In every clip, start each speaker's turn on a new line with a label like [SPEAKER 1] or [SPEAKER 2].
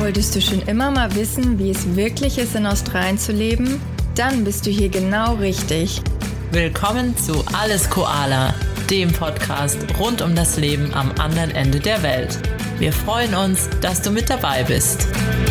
[SPEAKER 1] Wolltest du schon immer mal wissen, wie es wirklich ist, in Australien zu leben? Dann bist du hier genau richtig.
[SPEAKER 2] Willkommen zu Alles Koala, dem Podcast rund um das Leben am anderen Ende der Welt. Wir freuen uns, dass du mit dabei bist.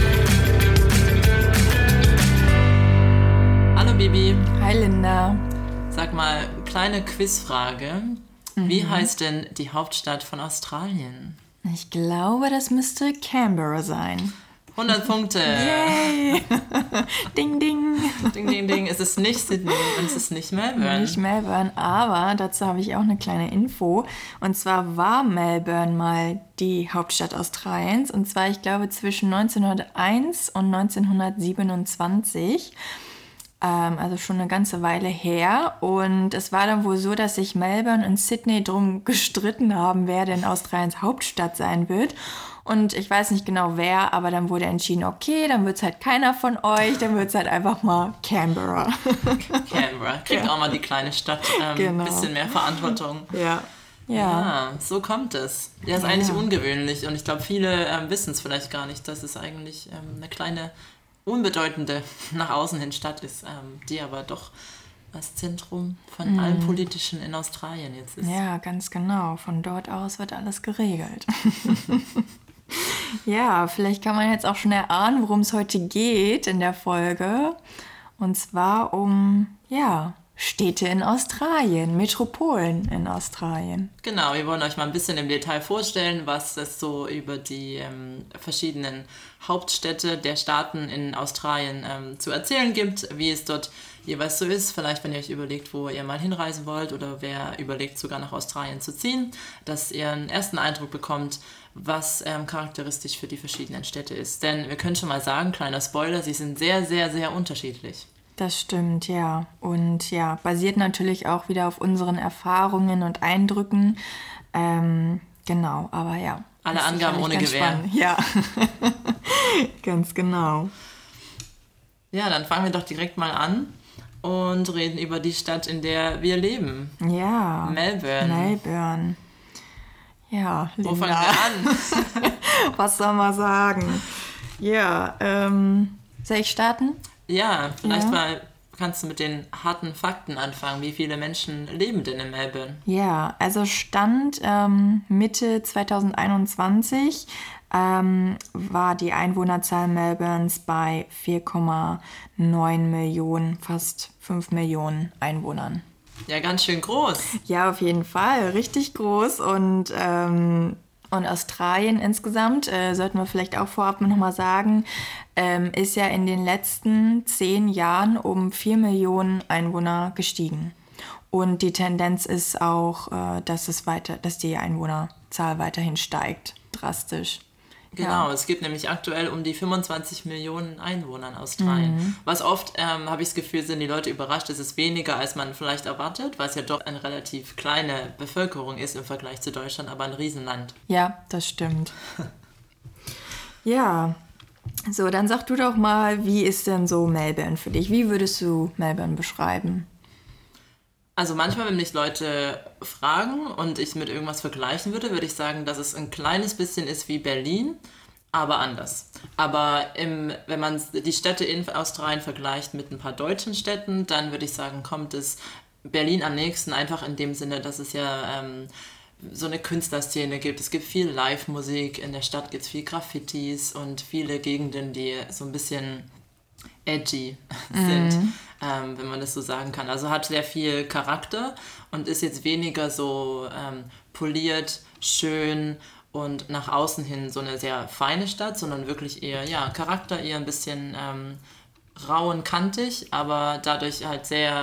[SPEAKER 2] Hallo Bibi.
[SPEAKER 1] Hi Linda.
[SPEAKER 2] Sag mal, kleine Quizfrage. Wie heißt denn die Hauptstadt von Australien?
[SPEAKER 1] Ich glaube, das müsste Canberra sein.
[SPEAKER 2] 100 Punkte.
[SPEAKER 1] Yay! Ding, ding.
[SPEAKER 2] Ding, ding, ding. Es ist nicht Sydney und es ist nicht Melbourne.
[SPEAKER 1] Nicht Melbourne, aber dazu habe ich auch eine kleine Info. Und zwar war Melbourne mal die Hauptstadt Australiens. Und zwar, ich glaube, zwischen 1901 und 1927. Also schon eine ganze Weile her. Und es war dann wohl so, dass sich Melbourne und Sydney drum gestritten haben, wer denn Australiens Hauptstadt sein wird. Und ich weiß nicht genau wer, aber dann wurde entschieden, okay, dann wird es halt keiner von euch, dann wird es halt einfach mal Canberra.
[SPEAKER 2] Canberra. Kriegt auch mal die kleine Stadt
[SPEAKER 1] Genau.
[SPEAKER 2] ein bisschen mehr Verantwortung. Ja, so kommt es. Ja, ist eigentlich ungewöhnlich und ich glaube, viele wissen es vielleicht gar nicht, dass es eigentlich eine kleine, unbedeutende nach außen hin Stadt ist, die aber doch das Zentrum von allem Politischen in Australien jetzt ist.
[SPEAKER 1] Ja, ganz genau. Von dort aus wird alles geregelt. Ja, vielleicht kann man jetzt auch schon erahnen, worum es heute geht in der Folge. Und zwar um, Städte in Australien, Metropolen in Australien.
[SPEAKER 2] Genau, wir wollen euch mal ein bisschen im Detail vorstellen, was es so über die verschiedenen Hauptstädte der Staaten in Australien zu erzählen gibt, wie es dort jeweils so ist. Vielleicht, wenn ihr euch überlegt, wo ihr mal hinreisen wollt oder wer überlegt, sogar nach Australien zu ziehen, dass ihr einen ersten Eindruck bekommt, was charakteristisch für die verschiedenen Städte ist. Denn wir können schon mal sagen, kleiner Spoiler, sie sind sehr, sehr, sehr unterschiedlich.
[SPEAKER 1] Das stimmt, ja. Und ja, basiert natürlich auch wieder auf unseren Erfahrungen und Eindrücken. Genau, aber ja.
[SPEAKER 2] Alle Angaben ohne Gewähr.
[SPEAKER 1] Spannend. Ja, ganz genau.
[SPEAKER 2] Ja, dann fangen wir doch direkt mal an und reden über die Stadt, in der wir leben.
[SPEAKER 1] Ja.
[SPEAKER 2] Melbourne.
[SPEAKER 1] Ja, Linda.
[SPEAKER 2] Wo fangen wir an?
[SPEAKER 1] Was soll man sagen? Ja, soll ich starten?
[SPEAKER 2] Ja, vielleicht mal kannst du mit den harten Fakten anfangen. Wie viele Menschen leben denn in Melbourne?
[SPEAKER 1] Ja, also Stand Mitte 2021 war die Einwohnerzahl Melbournes bei 4,9 Millionen, fast 5 Millionen Einwohnern.
[SPEAKER 2] Ja, ganz schön groß.
[SPEAKER 1] Ja, auf jeden Fall, richtig groß. Und Australien insgesamt, sollten wir vielleicht auch vorab nochmal sagen, ist ja in den letzten 10 Jahren um 4 Millionen Einwohner gestiegen. Und die Tendenz ist auch, dass die Einwohnerzahl weiterhin steigt, drastisch.
[SPEAKER 2] Genau, es gibt nämlich aktuell um die 25 Millionen Einwohner in Australien. Was oft, habe ich das Gefühl, sind die Leute überrascht, es ist weniger, als man vielleicht erwartet, weil es ja doch eine relativ kleine Bevölkerung ist im Vergleich zu Deutschland, aber ein Riesenland.
[SPEAKER 1] Ja, das stimmt. Ja, so, dann sag du doch mal, wie ist denn so Melbourne für dich? Wie würdest du Melbourne beschreiben?
[SPEAKER 2] Also manchmal, wenn mich Leute fragen und ich mit irgendwas vergleichen würde ich sagen, dass es ein kleines bisschen ist wie Berlin, aber anders. Aber wenn man die Städte in Australien vergleicht mit ein paar deutschen Städten, dann würde ich sagen, kommt es Berlin am nächsten, einfach in dem Sinne, dass es ja so eine Künstlerszene gibt. Es gibt viel Live-Musik, in der Stadt gibt es viel Graffitis und viele Gegenden, die so ein bisschen edgy sind, wenn man das so sagen kann. Also hat sehr viel Charakter und ist jetzt weniger so poliert, schön und nach außen hin so eine sehr feine Stadt, sondern wirklich eher, Charakter, eher ein bisschen rau und kantig, aber dadurch halt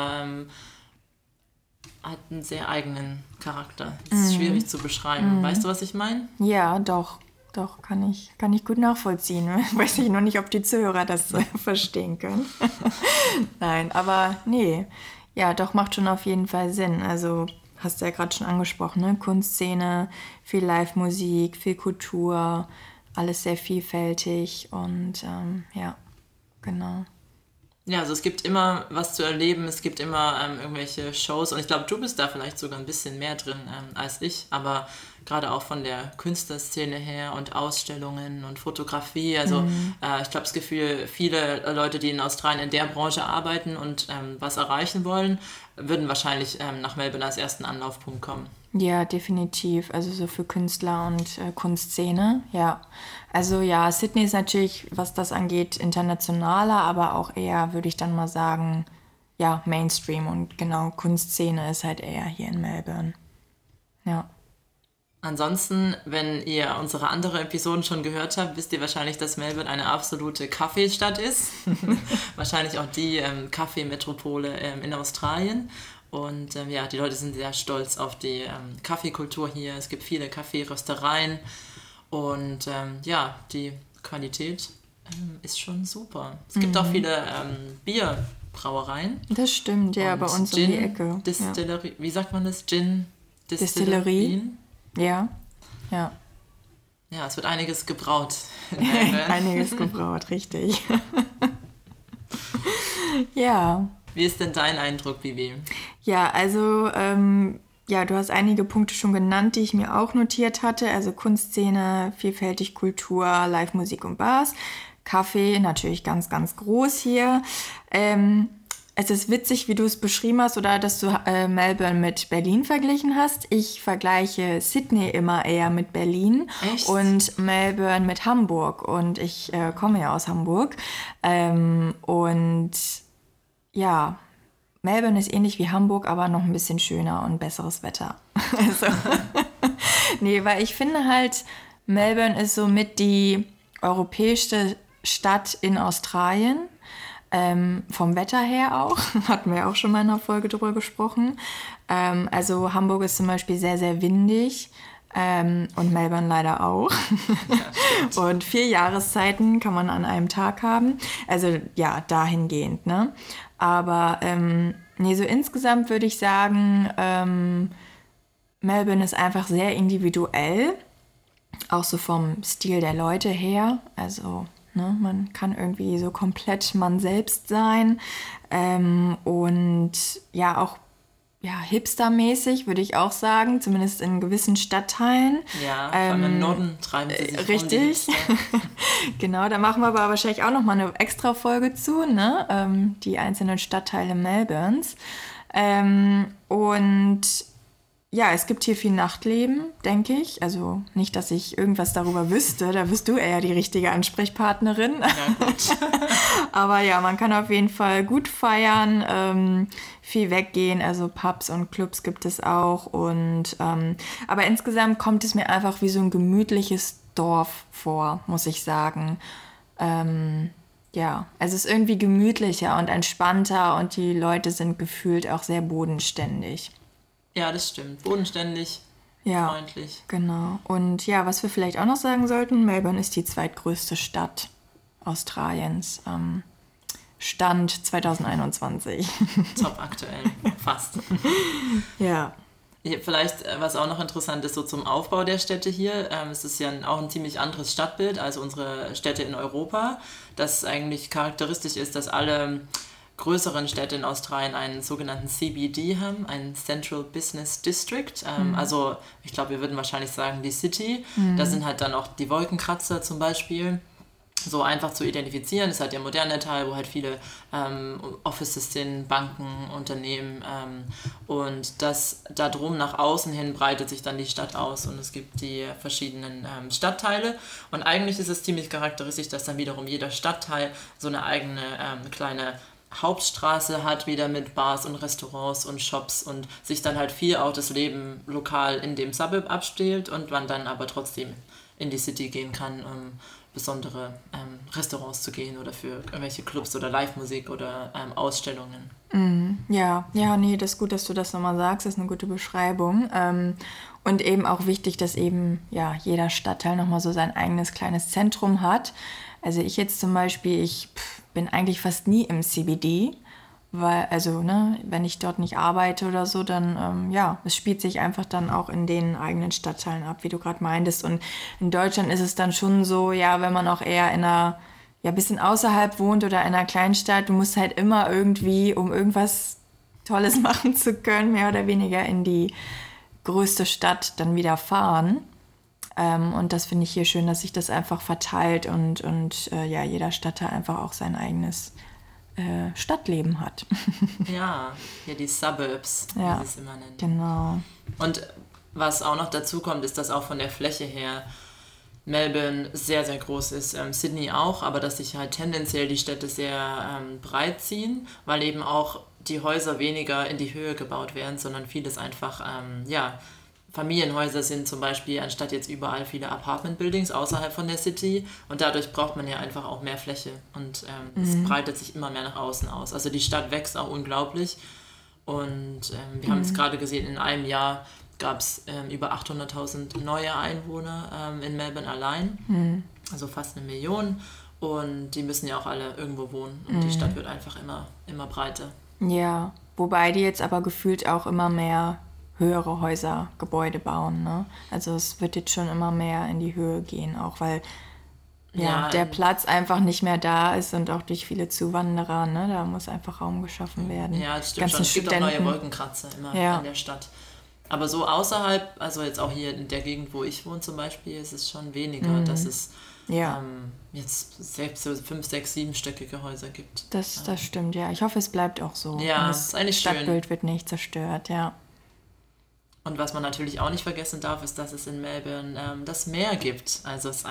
[SPEAKER 2] hat einen sehr eigenen Charakter. Das ist schwierig zu beschreiben. Weißt du, was ich meine?
[SPEAKER 1] Ja, doch, kann ich gut nachvollziehen. Weiß ich noch nicht, ob die Zuhörer das verstehen können. Nein, aber nee. Ja, doch, macht schon auf jeden Fall Sinn. Also, hast du ja gerade schon angesprochen, ne? Kunstszene, viel Live-Musik, viel Kultur, alles sehr vielfältig und genau.
[SPEAKER 2] Ja, also es gibt immer was zu erleben, es gibt immer irgendwelche Shows und ich glaube, du bist da vielleicht sogar ein bisschen mehr drin als ich, aber gerade auch von der Künstlerszene her und Ausstellungen und Fotografie, also ich glaube, das Gefühl, viele Leute, die in Australien in der Branche arbeiten und was erreichen wollen, würden wahrscheinlich nach Melbourne als ersten Anlaufpunkt kommen.
[SPEAKER 1] Ja, definitiv. Also so für Künstler und Kunstszene, ja. Also ja, Sydney ist natürlich, was das angeht, internationaler, aber auch eher, würde ich dann mal sagen, ja, Mainstream. Und genau, Kunstszene ist halt eher hier in Melbourne. Ja.
[SPEAKER 2] Ansonsten, wenn ihr unsere andere Episoden schon gehört habt, wisst ihr wahrscheinlich, dass Melbourne eine absolute Kaffeestadt ist. Wahrscheinlich auch die Kaffeemetropole in Australien. Und ja, die Leute sind sehr stolz auf die Kaffeekultur hier. Es gibt viele Kaffeeröstereien und ja, die Qualität ist schon super. Es gibt auch viele Bierbrauereien.
[SPEAKER 1] Das stimmt, ja,
[SPEAKER 2] und
[SPEAKER 1] bei uns um
[SPEAKER 2] Gin
[SPEAKER 1] die Ecke.
[SPEAKER 2] Distillerie, wie sagt man das? Gin
[SPEAKER 1] Distillerie. Ja, ja.
[SPEAKER 2] Ja, es wird einiges gebraut in Melbourne.
[SPEAKER 1] Einiges gebraut, richtig. Ja.
[SPEAKER 2] Wie ist denn dein Eindruck, Bibi?
[SPEAKER 1] Ja, also ja, du hast einige Punkte schon genannt, die ich mir auch notiert hatte. Also Kunstszene, vielfältig Kultur, Live-Musik und Bars. Kaffee, natürlich ganz, ganz groß hier. Es ist witzig, wie du es beschrieben hast oder dass du Melbourne mit Berlin verglichen hast. Ich vergleiche Sydney immer eher mit Berlin.
[SPEAKER 2] Echt?
[SPEAKER 1] Und Melbourne mit Hamburg. Und ich komme ja aus Hamburg. Und ja, Melbourne ist ähnlich wie Hamburg, aber noch ein bisschen schöner und besseres Wetter. Also, nee, weil ich finde halt, Melbourne ist somit die europäischste Stadt in Australien. Vom Wetter her auch, hatten wir auch schon mal in einer Folge drüber gesprochen. Also Hamburg ist zum Beispiel sehr, sehr windig und Melbourne leider auch. Ja, und 4 Jahreszeiten kann man an einem Tag haben. Also ja, dahingehend, ne? Aber nee, so insgesamt würde ich sagen, Melbourne ist einfach sehr individuell, auch so vom Stil der Leute her. Also ne, man kann irgendwie so komplett man selbst sein und ja auch ja, hipstermäßig, würde ich auch sagen, zumindest in gewissen Stadtteilen.
[SPEAKER 2] Ja, vor allem im Norden treiben sie sich
[SPEAKER 1] richtig. Genau, da machen wir aber wahrscheinlich auch nochmal eine extra Folge zu, ne? Die einzelnen Stadtteile Melbournes. Und ja, es gibt hier viel Nachtleben, denke ich. Also nicht, dass ich irgendwas darüber wüsste, da bist du eher die richtige Ansprechpartnerin.
[SPEAKER 2] Ja, gut.
[SPEAKER 1] Aber ja, man kann auf jeden Fall gut feiern, viel weggehen, also Pubs und Clubs gibt es auch. Und aber insgesamt kommt es mir einfach wie so ein gemütliches Dorf vor, muss ich sagen. Ja, also es ist irgendwie gemütlicher und entspannter und die Leute sind gefühlt auch sehr bodenständig.
[SPEAKER 2] Ja, das stimmt. Bodenständig,
[SPEAKER 1] ja,
[SPEAKER 2] freundlich.
[SPEAKER 1] Genau. Und ja, was wir vielleicht auch noch sagen sollten, Melbourne ist die zweitgrößte Stadt Australiens. Stand 2021.
[SPEAKER 2] Top aktuell, fast.
[SPEAKER 1] Ja.
[SPEAKER 2] Vielleicht, was auch noch interessant ist, so zum Aufbau der Städte hier, es ist ja auch ein ziemlich anderes Stadtbild als unsere Städte in Europa, das eigentlich charakteristisch ist, dass alle größeren Städte in Australien einen sogenannten CBD haben, einen Central Business District. Also ich glaube, wir würden wahrscheinlich sagen die City. Da sind halt dann auch die Wolkenkratzer zum Beispiel. So einfach zu identifizieren. Das ist halt der moderne Teil, wo halt viele Offices sind, Banken, Unternehmen und das da drum nach außen hin breitet sich dann die Stadt aus und es gibt die verschiedenen Stadtteile und eigentlich ist es ziemlich charakteristisch, dass dann wiederum jeder Stadtteil so eine eigene kleine Hauptstraße hat, wieder mit Bars und Restaurants und Shops und sich dann halt viel auch das Leben lokal in dem Suburb abspielt und man dann aber trotzdem in die City gehen kann, um besondere Restaurants zu gehen oder für irgendwelche Clubs oder Live-Musik oder Ausstellungen.
[SPEAKER 1] Ja, nee, das ist gut, dass du das nochmal sagst, das ist eine gute Beschreibung. Und eben auch wichtig, dass eben ja, jeder Stadtteil nochmal so sein eigenes kleines Zentrum hat. Also ich jetzt zum Beispiel, ich bin eigentlich fast nie im CBD, weil, also, ne, wenn ich dort nicht arbeite oder so, dann, ja, es spielt sich einfach dann auch in den eigenen Stadtteilen ab, wie du gerade meintest. Und in Deutschland ist es dann schon so, ja, wenn man auch eher in einer, ja, ein bisschen außerhalb wohnt oder in einer Kleinstadt, du musst halt immer irgendwie, um irgendwas Tolles machen zu können, mehr oder weniger in die größte Stadt dann wieder fahren. Und das finde ich hier schön, dass sich das einfach verteilt und ja, jeder Stadtteil einfach auch sein eigenes Stadtleben hat.
[SPEAKER 2] Ja, die Suburbs,
[SPEAKER 1] Ja,
[SPEAKER 2] wie sie es immer nennen.
[SPEAKER 1] genau.
[SPEAKER 2] Und was auch noch dazu kommt, ist, dass auch von der Fläche her Melbourne sehr, sehr groß ist. Sydney auch, aber dass sich halt tendenziell die Städte sehr breit ziehen, weil eben auch die Häuser weniger in die Höhe gebaut werden, sondern vieles einfach, Familienhäuser sind zum Beispiel, anstatt jetzt überall viele Apartment-Buildings außerhalb von der City. Und dadurch braucht man ja einfach auch mehr Fläche. Und es breitet sich immer mehr nach außen aus. Also die Stadt wächst auch unglaublich. Und wir haben es gerade gesehen, in einem Jahr gab es über 800.000 neue Einwohner in Melbourne allein. Also fast 1 Million. Und die müssen ja auch alle irgendwo wohnen. Und die Stadt wird einfach immer breiter.
[SPEAKER 1] Ja, wobei die jetzt aber gefühlt auch immer mehr höhere Häuser, Gebäude bauen. Ne? Also es wird jetzt schon immer mehr in die Höhe gehen, auch weil der Platz einfach nicht mehr da ist und auch durch viele Zuwanderer, ne? Da muss einfach Raum geschaffen werden.
[SPEAKER 2] Ja, das stimmt schon. Es gibt auch neue Wolkenkratzer immer in der Stadt. Aber so außerhalb, also jetzt auch hier in der Gegend, wo ich wohne zum Beispiel, ist es schon weniger, dass es jetzt 5, 6, 7-stöckige Häuser gibt.
[SPEAKER 1] Das stimmt, ja. Ich hoffe, es bleibt auch so.
[SPEAKER 2] Ja, das ist eigentlich schön.
[SPEAKER 1] Das Stadtbild wird nicht zerstört, ja.
[SPEAKER 2] Und was man natürlich auch nicht vergessen darf, ist, dass es in Melbourne das Meer gibt. Also es ist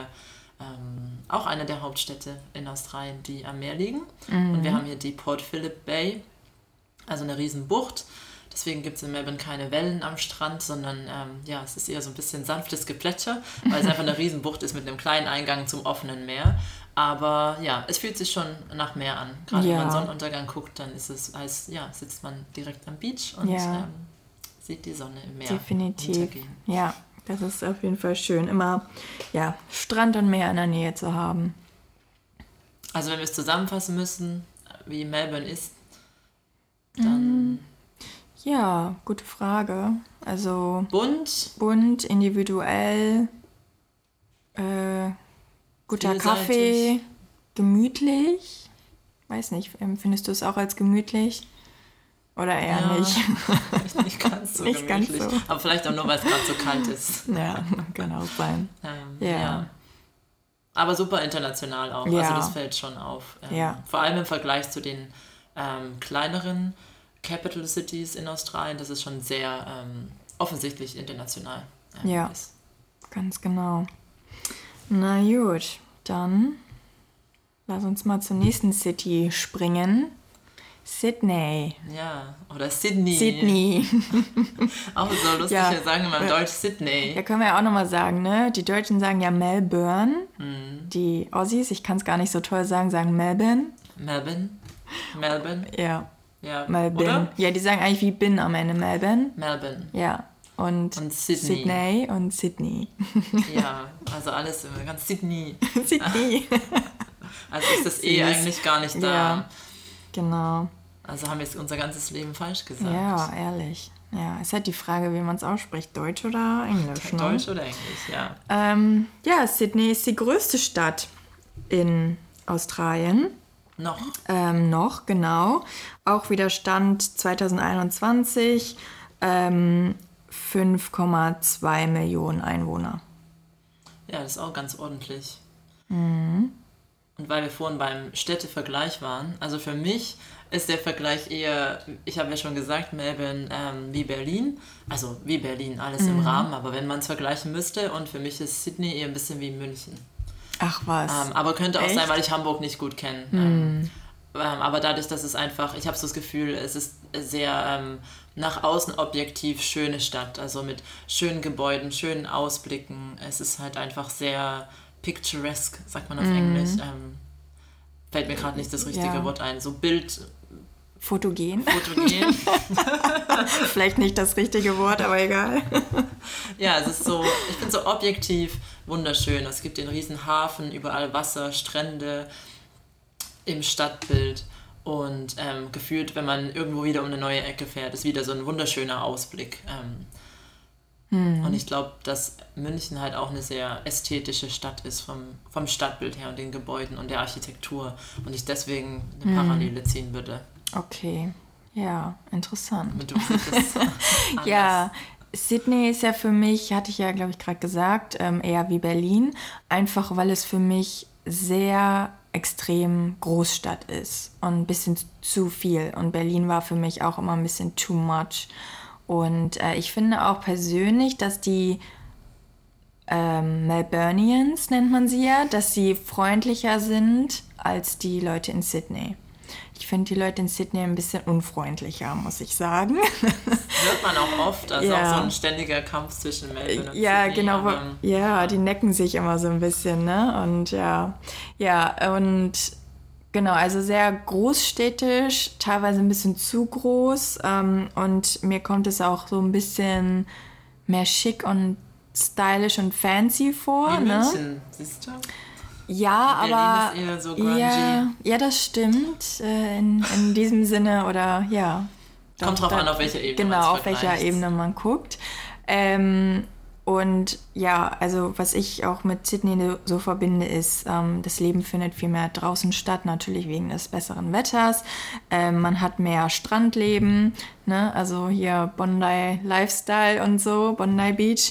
[SPEAKER 2] auch eine der Hauptstädte in Australien, die am Meer liegen. Und wir haben hier die Port Phillip Bay, also eine riesen Bucht. Deswegen gibt es in Melbourne keine Wellen am Strand, sondern es ist eher so ein bisschen sanftes Geplätscher, weil es einfach eine Riesenbucht ist mit einem kleinen Eingang zum offenen Meer. Aber ja, es fühlt sich schon nach Meer an. Gerade wenn man Sonnenuntergang guckt, dann ist es sitzt man direkt am Beach und sieht die Sonne im Meer untergehen.
[SPEAKER 1] Ja, das ist auf jeden Fall schön, immer Strand und Meer in der Nähe zu haben.
[SPEAKER 2] Also wenn wir es zusammenfassen müssen, wie Melbourne ist, dann...
[SPEAKER 1] Ja, gute Frage. Also
[SPEAKER 2] bunt,
[SPEAKER 1] individuell, guter Kaffee, gemütlich. Weiß nicht, empfindest du es auch als gemütlich? Oder eher nicht?
[SPEAKER 2] Nicht ganz so nicht gemütlich. Ganz so. Aber vielleicht auch nur, weil es gerade so kalt ist.
[SPEAKER 1] Ja, kann auch sein.
[SPEAKER 2] Aber super international auch. Ja. Also das fällt schon auf. Vor allem im Vergleich zu den kleineren Capital Cities in Australien, das ist schon sehr offensichtlich international.
[SPEAKER 1] Ist. Ganz genau. Na gut, dann lass uns mal zur nächsten City springen. Sydney.
[SPEAKER 2] Ja, oder Sydney.
[SPEAKER 1] Sydney.
[SPEAKER 2] Auch so lustig, wir sagen immer im Deutsch Sydney.
[SPEAKER 1] Ja, können wir ja auch nochmal sagen, ne? Die Deutschen sagen ja Melbourne. Die Aussies, ich kann es gar nicht so toll sagen, sagen Melbourne.
[SPEAKER 2] Melbourne?
[SPEAKER 1] Ja.
[SPEAKER 2] Ja,
[SPEAKER 1] Melbourne. Oder? Ja, die sagen eigentlich wie bin am Ende Melbourne. Ja. Und Sydney und Sydney.
[SPEAKER 2] Ja, also alles immer ganz Sydney.
[SPEAKER 1] Sydney.
[SPEAKER 2] Also ist das eigentlich gar nicht da.
[SPEAKER 1] Ja, genau.
[SPEAKER 2] Also haben wir jetzt unser ganzes Leben falsch gesagt.
[SPEAKER 1] Ja, ehrlich. Ja, ist halt die Frage, wie man es ausspricht, Deutsch oder Englisch. Ne?
[SPEAKER 2] Deutsch oder Englisch, ja.
[SPEAKER 1] Sydney ist die größte Stadt in Australien. Noch, genau. Auch wieder Stand 2021, 5,2 Millionen Einwohner.
[SPEAKER 2] Ja, das ist auch ganz ordentlich. Und weil wir vorhin beim Städtevergleich waren, also für mich ist der Vergleich eher, ich habe ja schon gesagt, Melbourne wie Berlin. Also wie Berlin, alles im Rahmen, aber wenn man es vergleichen müsste, und für mich ist Sydney eher ein bisschen wie München.
[SPEAKER 1] Ach was.
[SPEAKER 2] Aber könnte auch sein, weil ich Hamburg nicht gut kenne. Aber dadurch, dass es einfach, ich habe so das Gefühl, es ist sehr nach außen objektiv schöne Stadt. Also mit schönen Gebäuden, schönen Ausblicken. Es ist halt einfach sehr picturesque, sagt man auf Englisch. Fällt mir gerade nicht das richtige Wort ein. So
[SPEAKER 1] Fotogen. Vielleicht nicht das richtige Wort, aber egal.
[SPEAKER 2] Ja, es ist so, ich finde so objektiv wunderschön. Es gibt den riesen Hafen, überall Wasser, Strände im Stadtbild. Und gefühlt, wenn man irgendwo wieder um eine neue Ecke fährt, ist wieder so ein wunderschöner Ausblick. Und ich glaube, dass München halt auch eine sehr ästhetische Stadt ist vom Stadtbild her und den Gebäuden und der Architektur und ich deswegen eine Parallele ziehen würde.
[SPEAKER 1] Okay, ja, interessant.
[SPEAKER 2] Du siehst es anders.
[SPEAKER 1] Ja, Sydney ist ja für mich, hatte ich ja, glaube ich, gerade gesagt, eher wie Berlin. Einfach, weil es für mich sehr extrem Großstadt ist und ein bisschen zu viel. Und Berlin war für mich auch immer ein bisschen too much. Und ich finde auch persönlich, dass die Melburnians, nennt man sie ja, dass sie freundlicher sind als die Leute in Sydney. Ich finde die Leute in Sydney ein bisschen unfreundlicher, muss ich sagen.
[SPEAKER 2] Hört man auch oft, also
[SPEAKER 1] Ja.
[SPEAKER 2] auch so ein ständiger Kampf zwischen Melbourne und
[SPEAKER 1] Ja,
[SPEAKER 2] Sydney.
[SPEAKER 1] genau.
[SPEAKER 2] Aber
[SPEAKER 1] Ja, die necken sich immer so ein bisschen, ne? Und ja, und genau, also sehr großstädtisch, teilweise ein bisschen zu groß. Und mir kommt es auch so ein bisschen mehr schick und stylisch und fancy vor,
[SPEAKER 2] wie
[SPEAKER 1] ne?
[SPEAKER 2] München, siehst du?
[SPEAKER 1] Ja,
[SPEAKER 2] Berlin
[SPEAKER 1] aber
[SPEAKER 2] ist eher so grungy.
[SPEAKER 1] ja, das stimmt. In diesem Sinne oder ja.
[SPEAKER 2] Kommt drauf an, auf welcher Ebene
[SPEAKER 1] Genau,
[SPEAKER 2] man's
[SPEAKER 1] auf welcher
[SPEAKER 2] vergleicht.
[SPEAKER 1] Ebene man guckt. Und ja, also was ich auch mit Sydney so verbinde, ist, das Leben findet viel mehr draußen statt, natürlich wegen des besseren Wetters. Man hat mehr Strandleben, ne? Also hier Bondi Lifestyle und so, Bondi Beach.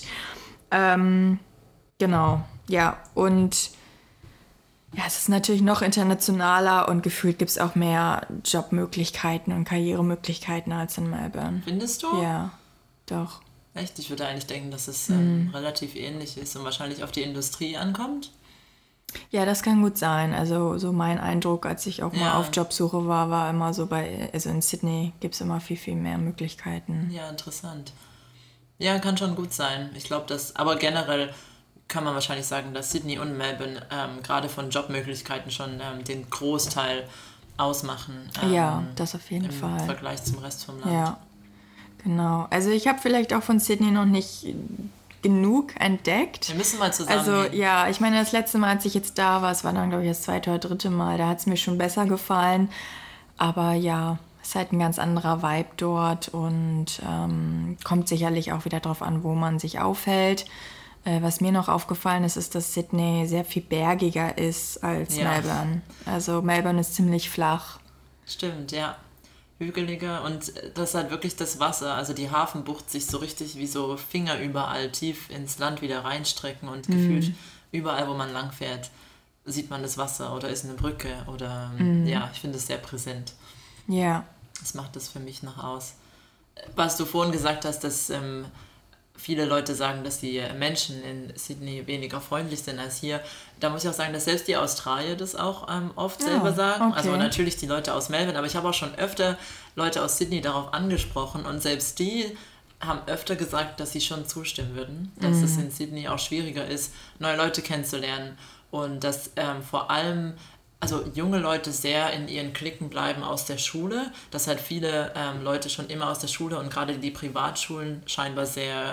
[SPEAKER 1] Genau, ja, und ja, es ist natürlich noch internationaler und gefühlt gibt es auch mehr Jobmöglichkeiten und Karrieremöglichkeiten als in Melbourne.
[SPEAKER 2] Findest du?
[SPEAKER 1] Ja, doch.
[SPEAKER 2] Echt? Ich würde eigentlich denken, dass es relativ ähnlich ist und wahrscheinlich auf die Industrie ankommt.
[SPEAKER 1] Ja, das kann gut sein. Also so mein Eindruck, als ich auch mal
[SPEAKER 2] Ja.
[SPEAKER 1] auf Jobsuche war immer so also in Sydney gibt es immer viel, viel mehr Möglichkeiten.
[SPEAKER 2] Ja, interessant. Ja, kann schon gut sein. Ich glaube, aber generell kann man wahrscheinlich sagen, dass Sydney und Melbourne gerade von Jobmöglichkeiten schon den Großteil ausmachen.
[SPEAKER 1] Ja, das auf jeden
[SPEAKER 2] im
[SPEAKER 1] Fall.
[SPEAKER 2] Vergleich zum Rest vom Land.
[SPEAKER 1] Ja, genau. Also ich habe vielleicht auch von Sydney noch nicht genug entdeckt.
[SPEAKER 2] Wir müssen mal zusammen.
[SPEAKER 1] Also
[SPEAKER 2] gehen.
[SPEAKER 1] ja, ich meine, das letzte Mal, als ich jetzt da war, es war dann, glaube ich, das zweite oder dritte Mal, da hat es mir schon besser gefallen. Aber ja, es ist halt ein ganz anderer Vibe dort und kommt sicherlich auch wieder drauf an, wo man sich aufhält. Was mir noch aufgefallen ist, ist, dass Sydney sehr viel bergiger ist als
[SPEAKER 2] Ja.
[SPEAKER 1] Melbourne. Also Melbourne ist ziemlich flach.
[SPEAKER 2] Stimmt, ja. Hügeliger und das ist halt wirklich das Wasser, also die Hafenbucht sich so richtig wie so Finger überall tief ins Land wieder reinstrecken und gefühlt überall, wo man lang fährt, sieht man das Wasser oder ist eine Brücke oder ja, ich finde es sehr präsent.
[SPEAKER 1] Ja,
[SPEAKER 2] Das macht das für mich noch aus. Was du vorhin gesagt hast, dass viele Leute sagen, dass die Menschen in Sydney weniger freundlich sind als hier. Da muss ich auch sagen, dass selbst die Australier das auch oft selber sagen.
[SPEAKER 1] okay.
[SPEAKER 2] Also natürlich die Leute aus Melbourne, aber ich habe auch schon öfter Leute aus Sydney darauf angesprochen und selbst die haben öfter gesagt, dass sie schon zustimmen würden, dass es in Sydney auch schwieriger ist, neue Leute kennenzulernen und dass vor allem also junge Leute sehr in ihren Cliquen bleiben aus der Schule, dass halt viele Leute schon immer aus der Schule und gerade die Privatschulen scheinbar sehr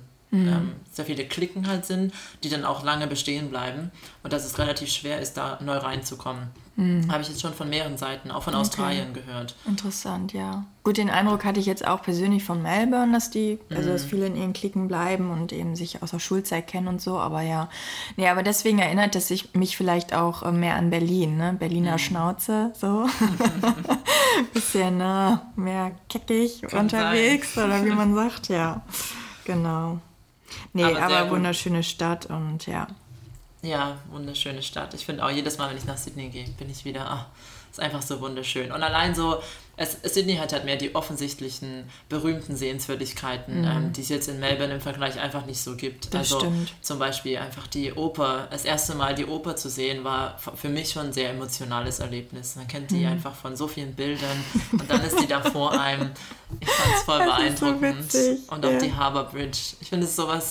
[SPEAKER 2] viele Cliquen halt sind, die dann auch lange bestehen bleiben und dass es relativ schwer ist, da neu reinzukommen. Habe ich jetzt schon von mehreren Seiten, auch von Australien gehört.
[SPEAKER 1] interessant, ja. Gut, den Eindruck hatte ich jetzt auch persönlich von Melbourne, dass dass viele in ihren Cliquen bleiben und eben sich aus der Schulzeit kennen und so, aber ja. Nee, aber deswegen erinnert es mich vielleicht auch mehr an Berlin, ne? Berliner Schnauze, so. Bisschen mehr keckig
[SPEAKER 2] Kann
[SPEAKER 1] unterwegs, oder wie man sagt, ja. Genau. Nee,
[SPEAKER 2] Aber sehr
[SPEAKER 1] aber
[SPEAKER 2] gut.
[SPEAKER 1] wunderschöne Stadt und ja.
[SPEAKER 2] Ja, wunderschöne Stadt. Ich finde auch jedes Mal, wenn ich nach Sydney gehe, bin ich wieder, ist einfach so wunderschön. Und allein so, Sydney hat halt mehr die offensichtlichen, berühmten Sehenswürdigkeiten, die es jetzt in Melbourne im Vergleich einfach nicht so gibt.
[SPEAKER 1] Das stimmt.
[SPEAKER 2] Zum Beispiel einfach die Oper. Das erste Mal die Oper zu sehen, war für mich schon ein sehr emotionales Erlebnis. Man kennt die einfach von so vielen Bildern und dann ist die da vor einem. Ich fand es voll
[SPEAKER 1] Das ist so
[SPEAKER 2] beeindruckend.
[SPEAKER 1] witzig,
[SPEAKER 2] Und auch
[SPEAKER 1] ja.
[SPEAKER 2] die Harbour Bridge. Ich finde es sowas.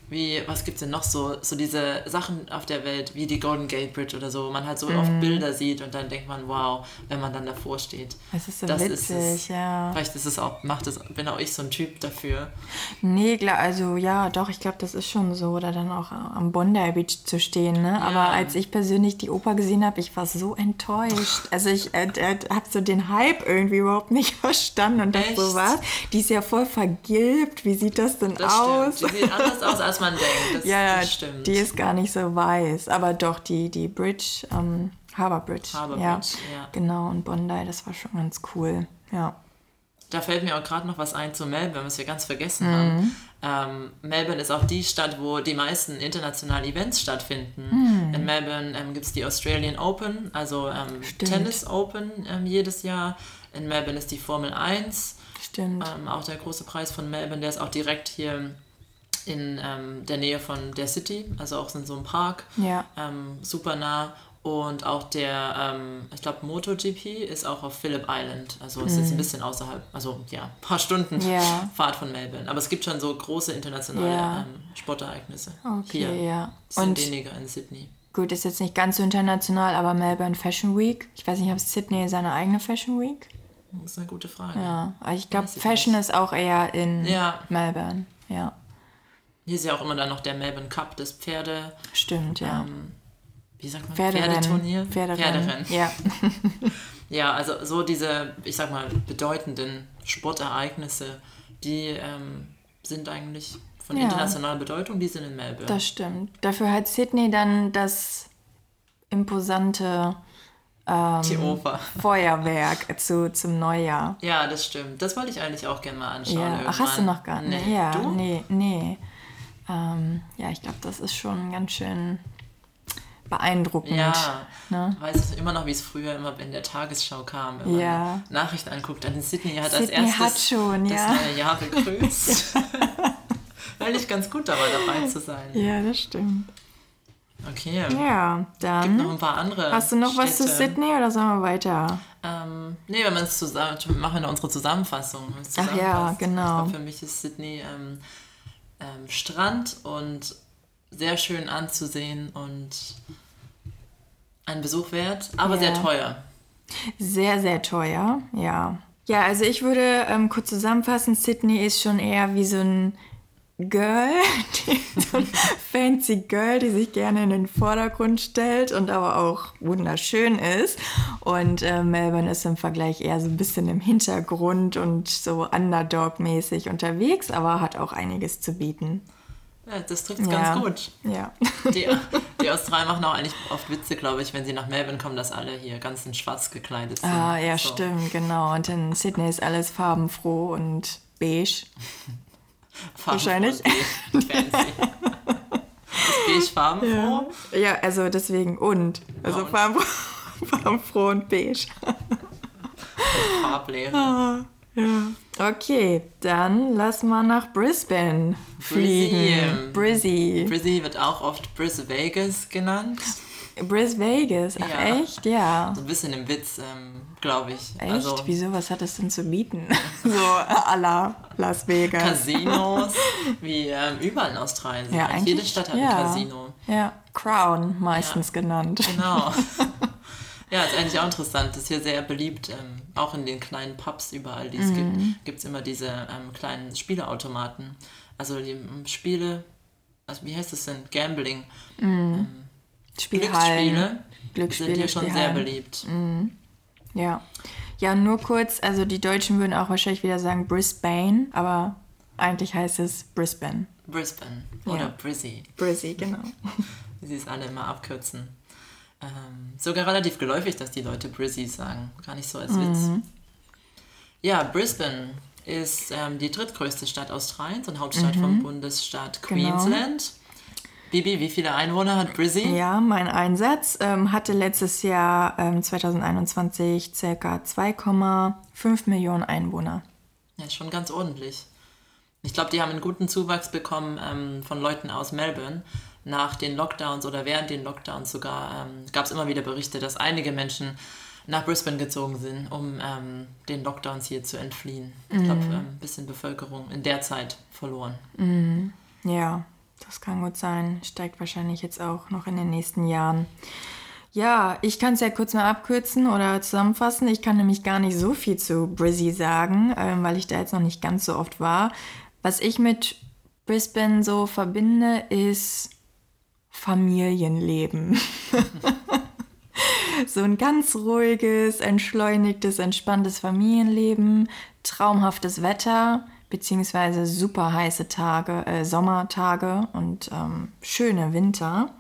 [SPEAKER 2] was gibt's denn noch so diese Sachen auf der Welt, wie die Golden Gate Bridge oder so, wo man halt so oft Bilder sieht und dann denkt man, wow, wenn man dann davor steht.
[SPEAKER 1] Das ist so witzig, ja.
[SPEAKER 2] Vielleicht ist es auch, bin auch ich so ein Typ dafür.
[SPEAKER 1] Nee, klar, also ja, doch, ich glaube, das ist schon so. Oder dann auch am Bondi Beach zu stehen, ne? Ja. Aber als ich persönlich die Oper gesehen habe, ich war so enttäuscht. Also ich habe so den Hype irgendwie überhaupt nicht verstanden und dachte so, was? Die ist ja voll vergilbt, wie sieht das denn aus?
[SPEAKER 2] Stimmt. Die sieht anders aus, als man denkt. Das stimmt.
[SPEAKER 1] Die ist gar nicht so weiß. Aber doch, die Bridge, Harbour Bridge.
[SPEAKER 2] Harbour
[SPEAKER 1] ja.
[SPEAKER 2] Bridge, ja.
[SPEAKER 1] Genau, und Bondi, das war schon ganz cool, ja.
[SPEAKER 2] Da fällt mir auch gerade noch was ein zu Melbourne, was wir ganz vergessen haben. Melbourne ist auch die Stadt, wo die meisten internationalen Events stattfinden. In Melbourne gibt es die Australian Open, also Tennis Open jedes Jahr. In Melbourne ist die Formel 1.
[SPEAKER 1] Stimmt.
[SPEAKER 2] Auch der große Preis von Melbourne, der ist auch direkt hier in der Nähe von der City, also auch in so einem Park, super nah. Und auch der, ich glaube, MotoGP ist auch auf Phillip Island, also es ist ein bisschen außerhalb, also ja, ein paar Stunden Fahrt von Melbourne. Aber es gibt schon so große internationale Sportereignisse.
[SPEAKER 1] Okay,
[SPEAKER 2] hier.
[SPEAKER 1] ja.
[SPEAKER 2] Und weniger in Sydney.
[SPEAKER 1] Gut, ist jetzt nicht ganz so international, aber Melbourne Fashion Week. Ich weiß nicht, ob Sydney seine eigene Fashion Week?
[SPEAKER 2] Das ist eine gute Frage.
[SPEAKER 1] Ja, aber ich glaube, Fashion ist auch eher in Melbourne, ja.
[SPEAKER 2] Hier ist ja auch immer dann noch der Melbourne Cup, das Pferde...
[SPEAKER 1] Stimmt, ja.
[SPEAKER 2] Wie sagt man?
[SPEAKER 1] Pferdeturnier?
[SPEAKER 2] Pferderennen.
[SPEAKER 1] Ja.
[SPEAKER 2] Ja, also so diese, ich sag mal, bedeutenden Sportereignisse, die sind eigentlich von internationaler Bedeutung, die sind in Melbourne.
[SPEAKER 1] Das stimmt. Dafür hat Sydney dann das imposante
[SPEAKER 2] die Oper.
[SPEAKER 1] Feuerwerk zum Neujahr.
[SPEAKER 2] Ja, das stimmt. Das wollte ich eigentlich auch gerne mal anschauen.
[SPEAKER 1] Ja. Ach, hast du noch gar nicht?
[SPEAKER 2] Nee.
[SPEAKER 1] Ja,
[SPEAKER 2] du?
[SPEAKER 1] Nee. Ja, ich glaube, das ist schon ganz schön beeindruckend.
[SPEAKER 2] Ja,
[SPEAKER 1] ne?
[SPEAKER 2] Ich weiß immer noch, wie es früher immer in der Tagesschau kam, wenn man Nachrichten anguckt. Dann Sydney hat als erstes
[SPEAKER 1] hat schon,
[SPEAKER 2] das neue Jahr begrüßt. Weil ich ganz gut dabei zu sein.
[SPEAKER 1] Ja, das stimmt.
[SPEAKER 2] Okay.
[SPEAKER 1] Ja, dann.
[SPEAKER 2] Gibt noch ein paar andere.
[SPEAKER 1] Hast du noch
[SPEAKER 2] Städte.
[SPEAKER 1] was zu Sydney oder sollen wir weiter?
[SPEAKER 2] Nee, wenn man es zusammen, machen wir unsere Zusammenfassung.
[SPEAKER 1] Ach ja, genau.
[SPEAKER 2] Ich glaub, für mich ist Sydney Strand und sehr schön anzusehen und ein Besuch wert, aber sehr teuer. Sehr, sehr teuer,
[SPEAKER 1] ja. Ja, also ich würde kurz zusammenfassen, Sydney ist schon eher wie so ein Girl, so ein fancy Girl, die sich gerne in den Vordergrund stellt und aber auch wunderschön ist. Und Melbourne ist im Vergleich eher so ein bisschen im Hintergrund und so Underdog-mäßig unterwegs, aber hat auch einiges zu bieten.
[SPEAKER 2] Ja, das trifft es ganz gut.
[SPEAKER 1] Ja.
[SPEAKER 2] Die Australier machen auch eigentlich oft Witze, glaube ich, wenn sie nach Melbourne kommen, dass alle hier ganz in schwarz gekleidet sind.
[SPEAKER 1] Ah, ja, so. Stimmt, genau. Und in Sydney ist alles farbenfroh und beige. Wahrscheinlich.
[SPEAKER 2] Und fancy. Ist beige farbenfroh?
[SPEAKER 1] Ja, also deswegen Also farbenfroh und beige.
[SPEAKER 2] Farblehre.
[SPEAKER 1] Ja. Okay, dann lass mal nach Brisbane fliegen. Brizzy
[SPEAKER 2] wird auch oft Bris Vegas genannt.
[SPEAKER 1] Bris Vegas, ach echt? Ja.
[SPEAKER 2] So ein bisschen im Witz, glaube ich.
[SPEAKER 1] Echt? Also, wieso? Was hat es denn zu bieten? So à la Las Vegas.
[SPEAKER 2] Casinos, wie überall in Australien. Ja, jede Stadt hat ein Casino.
[SPEAKER 1] Ja, Crown meistens genannt.
[SPEAKER 2] Genau. Ja, ist eigentlich auch interessant. Das ist hier sehr beliebt, auch in den kleinen Pubs überall, die es gibt es immer diese kleinen Spieleautomaten. Also die Spiele, also wie heißt das denn? Gambling. Glücksspiele sind hier schon sehr beliebt.
[SPEAKER 1] Ja. Ja, nur kurz, also die Deutschen würden auch wahrscheinlich wieder sagen Brisbane, aber eigentlich heißt es Brisbane.
[SPEAKER 2] Brisbane oder Brizzy.
[SPEAKER 1] Brizzy, genau.
[SPEAKER 2] Wie sie es alle immer abkürzen. Sogar relativ geläufig, dass die Leute Brizzy sagen. Gar nicht so als Witz. Ja, Brisbane ist die drittgrößte Stadt Australiens und Hauptstadt vom Bundesstaat Queensland. Bibi, wie viele Einwohner hat Brizzy?
[SPEAKER 1] Ja, mein Einsatz hatte letztes Jahr 2021 ca. 2,5 Millionen Einwohner.
[SPEAKER 2] Ja, schon ganz ordentlich. Ich glaube, die haben einen guten Zuwachs bekommen von Leuten aus Melbourne. Nach den Lockdowns oder während den Lockdowns sogar gab es immer wieder Berichte, dass einige Menschen nach Brisbane gezogen sind, um den Lockdowns hier zu entfliehen. Ich glaube, ein bisschen Bevölkerung in der Zeit verloren.
[SPEAKER 1] Ja. Das kann gut sein. Steigt wahrscheinlich jetzt auch noch in den nächsten Jahren. Ja, ich kann es ja kurz mal abkürzen oder zusammenfassen. Ich kann nämlich gar nicht so viel zu Brizzy sagen, weil ich da jetzt noch nicht ganz so oft war. Was ich mit Brisbane so verbinde, ist Familienleben. So ein ganz ruhiges, entschleunigtes, entspanntes Familienleben, traumhaftes Wetter, beziehungsweise super heiße Tage, Sommertage und schöne Winter.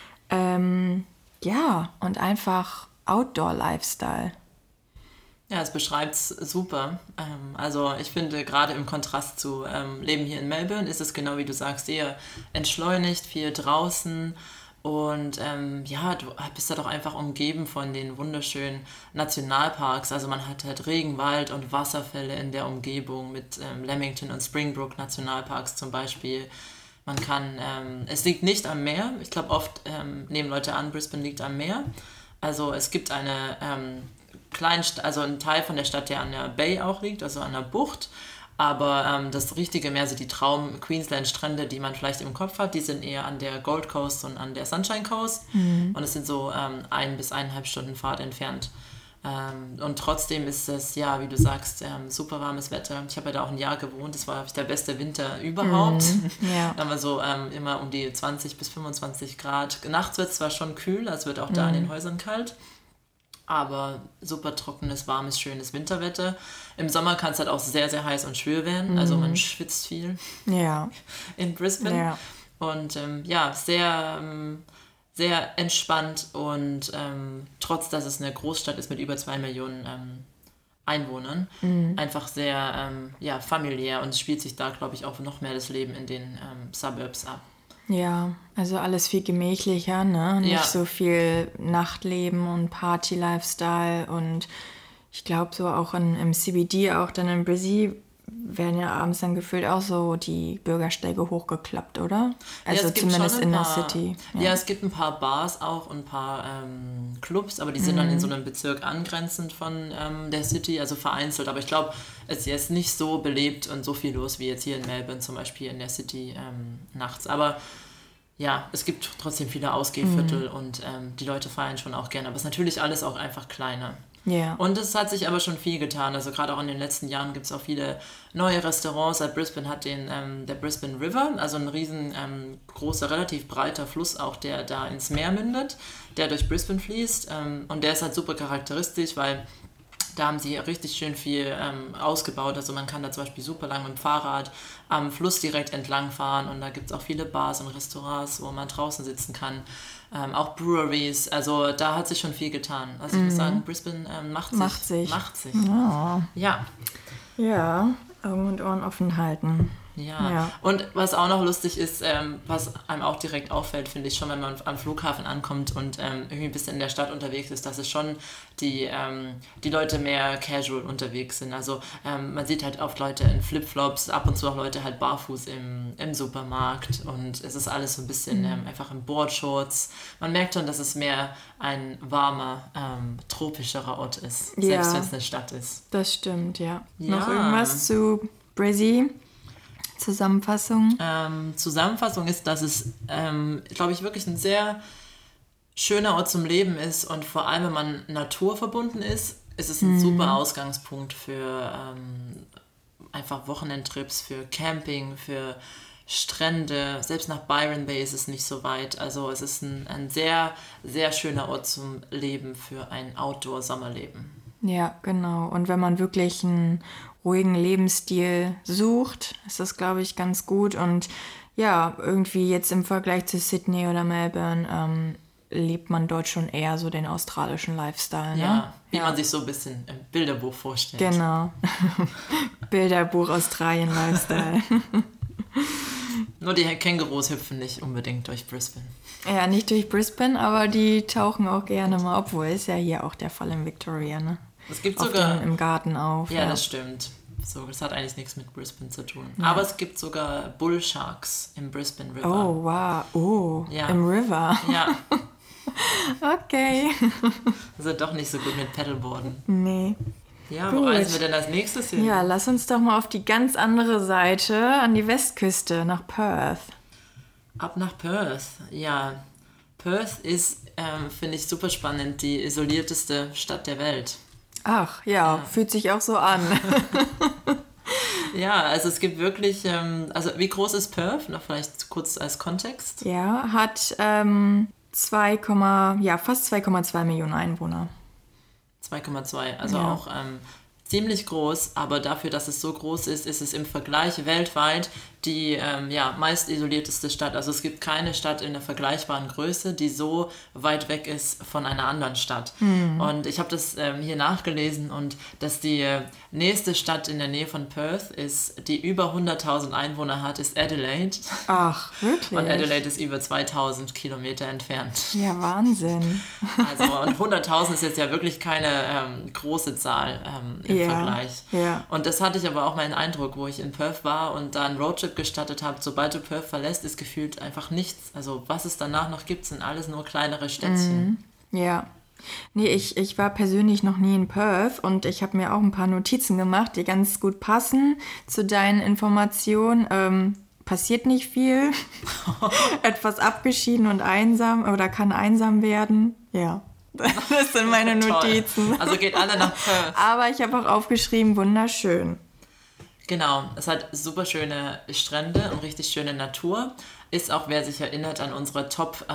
[SPEAKER 1] Ja, und einfach Outdoor-Lifestyle.
[SPEAKER 2] Ja, es beschreibt es super. Also ich finde, gerade im Kontrast zu Leben hier in Melbourne ist es genau wie du sagst, eher entschleunigt, viel draußen. Und ja, du bist da doch einfach umgeben von den wunderschönen Nationalparks. Also man hat halt Regenwald und Wasserfälle in der Umgebung mit Lamington und Springbrook Nationalparks zum Beispiel. Man kann, es liegt nicht am Meer. Ich glaube, oft nehmen Leute an, Brisbane liegt am Meer. Also es gibt eine also einen Teil von der Stadt, der an der Bay auch liegt, also an der Bucht. Aber das richtige Meer, also die Traum-Queensland-Strände, die man vielleicht im Kopf hat, die sind eher an der Gold Coast und an der Sunshine Coast. Und es sind so 1 bis 1,5 Stunden Fahrt entfernt. Und trotzdem ist es, ja, wie du sagst, super warmes Wetter. Ich habe ja da auch ein Jahr gewohnt, das war der beste Winter überhaupt.
[SPEAKER 1] Ja.
[SPEAKER 2] Da haben wir so immer um die 20 bis 25 Grad. Nachts wird es zwar schon kühl, es wird auch da in den Häusern kalt. Aber super trockenes, warmes, schönes Winterwetter. Im Sommer kann es halt auch sehr, sehr heiß und schwül werden. Also man schwitzt viel in Brisbane.
[SPEAKER 1] Ja.
[SPEAKER 2] Und ja, sehr, sehr entspannt und trotz, dass es eine Großstadt ist mit über 2 Millionen Einwohnern, einfach sehr ja, familiär und es spielt sich da, glaube ich, auch noch mehr das Leben in den Suburbs ab.
[SPEAKER 1] Ja, also alles viel gemächlicher, ne? Nicht so viel Nachtleben und Party-Lifestyle und ich glaube so auch im CBD, auch dann in Brizzy, werden ja abends dann gefühlt auch so die Bürgersteige hochgeklappt, oder? Also
[SPEAKER 2] ja,
[SPEAKER 1] zumindest in der City.
[SPEAKER 2] Ja, es gibt ein paar Bars auch und ein paar Clubs, aber die sind dann in so einem Bezirk angrenzend von der City, also vereinzelt. Aber ich glaube, es ist jetzt nicht so belebt und so viel los wie jetzt hier in Melbourne zum Beispiel in der City nachts. Aber ja, es gibt trotzdem viele Ausgehviertel und die Leute feiern schon auch gerne. Aber es ist natürlich alles auch einfach kleiner.
[SPEAKER 1] Ja.
[SPEAKER 2] Und es hat sich aber schon viel getan. Also gerade auch in den letzten Jahren gibt es auch viele neue Restaurants. Brisbane hat der Brisbane River, also ein riesengroßer, relativ breiter Fluss auch, der da ins Meer mündet, der durch Brisbane fließt. Und der ist halt super charakteristisch, weil da haben sie richtig schön viel ausgebaut. Also man kann da zum Beispiel super lang mit dem Fahrrad am Fluss direkt entlang fahren. Und da gibt es auch viele Bars und Restaurants, wo man draußen sitzen kann. Auch Breweries, also da hat sich schon viel getan. Also ich muss sagen, Brisbane macht sich.
[SPEAKER 1] Oh.
[SPEAKER 2] Ja.
[SPEAKER 1] Ja, Augen und Ohren offen halten.
[SPEAKER 2] Ja. Und was auch noch lustig ist, was einem auch direkt auffällt, finde ich schon, wenn man am Flughafen ankommt und irgendwie ein bisschen in der Stadt unterwegs ist, dass es schon die Leute mehr casual unterwegs sind. Also man sieht halt oft Leute in Flipflops, ab und zu auch Leute halt barfuß im Supermarkt und es ist alles so ein bisschen einfach in Boardshorts. Man merkt schon, dass es mehr ein warmer, tropischerer Ort ist, selbst wenn es eine Stadt ist.
[SPEAKER 1] Das stimmt, ja. Noch irgendwas zu Brizzy? Zusammenfassung?
[SPEAKER 2] Zusammenfassung ist, dass es, glaube ich, wirklich ein sehr schöner Ort zum Leben ist und vor allem, wenn man naturverbunden ist es ein super Ausgangspunkt für einfach Wochenendtrips, für Camping, für Strände. Selbst nach Byron Bay ist es nicht so weit. Also es ist ein sehr, sehr schöner Ort zum Leben für ein Outdoor-Sommerleben.
[SPEAKER 1] Ja, genau. Und wenn man wirklich einen ruhigen Lebensstil sucht, ist das, glaube ich, ganz gut. Und ja, irgendwie jetzt im Vergleich zu Sydney oder Melbourne lebt man dort schon eher so den australischen Lifestyle. Ne?
[SPEAKER 2] Ja, wie man sich so ein bisschen im Bilderbuch vorstellt.
[SPEAKER 1] Genau. Bilderbuch Australien-Lifestyle.
[SPEAKER 2] Nur die Kängurus hüpfen nicht unbedingt durch Brisbane.
[SPEAKER 1] Ja, nicht durch Brisbane, aber die tauchen auch gerne mal, obwohl ist ja hier auch der Fall in Victoria, ne?
[SPEAKER 2] Es gibt
[SPEAKER 1] auf
[SPEAKER 2] sogar
[SPEAKER 1] im Garten auf.
[SPEAKER 2] Ja, das stimmt. So, das hat eigentlich nichts mit Brisbane zu tun. Ja. Aber es gibt sogar Bullsharks im Brisbane River.
[SPEAKER 1] Oh, wow. Oh, ja. Im River.
[SPEAKER 2] Ja.
[SPEAKER 1] Okay.
[SPEAKER 2] Also doch nicht so gut mit Paddleboarden.
[SPEAKER 1] Nee.
[SPEAKER 2] Ja, wo reisen wir denn als nächstes hin?
[SPEAKER 1] Ja, lass uns doch mal auf die ganz andere Seite, an die Westküste, nach Perth.
[SPEAKER 2] Ab nach Perth. Ja, Perth ist, finde ich, super spannend, die isolierteste Stadt der Welt.
[SPEAKER 1] Ach, ja, fühlt sich auch so an.
[SPEAKER 2] Ja, also es gibt wirklich, also wie groß ist Perth? Noch vielleicht kurz als Kontext.
[SPEAKER 1] Ja, hat fast 2,2 Millionen Einwohner.
[SPEAKER 2] 2,2, also
[SPEAKER 1] Ja.
[SPEAKER 2] auch ziemlich groß, aber dafür, dass es so groß ist, ist es im Vergleich weltweit die meist isolierteste Stadt. Also es gibt keine Stadt in einer vergleichbaren Größe, die so weit weg ist von einer anderen Stadt. Und ich habe das hier nachgelesen und dass die nächste Stadt in der Nähe von Perth ist, die über 100.000 Einwohner hat, ist Adelaide.
[SPEAKER 1] Ach, wirklich?
[SPEAKER 2] Und Adelaide ist über 2.000 Kilometer entfernt.
[SPEAKER 1] Ja, Wahnsinn.
[SPEAKER 2] Also, und 100.000 ist jetzt ja wirklich keine große Zahl im Vergleich.
[SPEAKER 1] Ja.
[SPEAKER 2] Und das hatte ich aber auch meinen Eindruck, wo ich in Perth war und da einen Roadtrip gestartet habe. Sobald du Perth verlässt, ist gefühlt einfach nichts. Also was es danach noch gibt, sind alles nur kleinere Städtchen.
[SPEAKER 1] Ja. Nee, ich war persönlich noch nie in Perth und ich habe mir auch ein paar Notizen gemacht, die ganz gut passen zu deinen Informationen. Passiert nicht viel. Etwas abgeschieden und einsam oder kann einsam werden. Ja, das sind meine Notizen.
[SPEAKER 2] Toll. Also geht alle nach Perth.
[SPEAKER 1] Aber ich habe auch aufgeschrieben, wunderschön.
[SPEAKER 2] Genau, es hat super schöne Strände und richtig schöne Natur. Ist auch, wer sich erinnert an unsere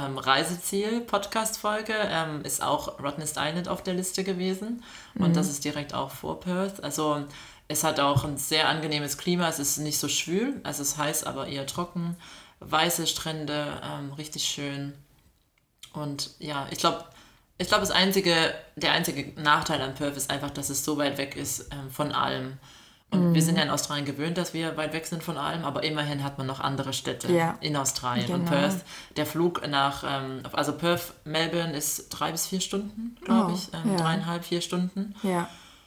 [SPEAKER 2] Top-Reiseziel-Podcast-Folge, ist auch Rottnest Island auf der Liste gewesen. Und das ist direkt auch vor Perth. Also es hat auch ein sehr angenehmes Klima. Es ist nicht so schwül, also es ist heiß, aber eher trocken. Weiße Strände, richtig schön. Und ja, ich glaube, der einzige Nachteil an Perth ist einfach, dass es so weit weg ist von allem. Und wir sind ja in Australien gewöhnt, dass wir weit weg sind von allem, aber immerhin hat man noch andere Städte in Australien.
[SPEAKER 1] Genau.
[SPEAKER 2] Und Perth, der Flug nach, also Perth, Melbourne ist 3 bis 4 Stunden, glaube ich. 3,5, 4 Stunden.
[SPEAKER 1] Ja.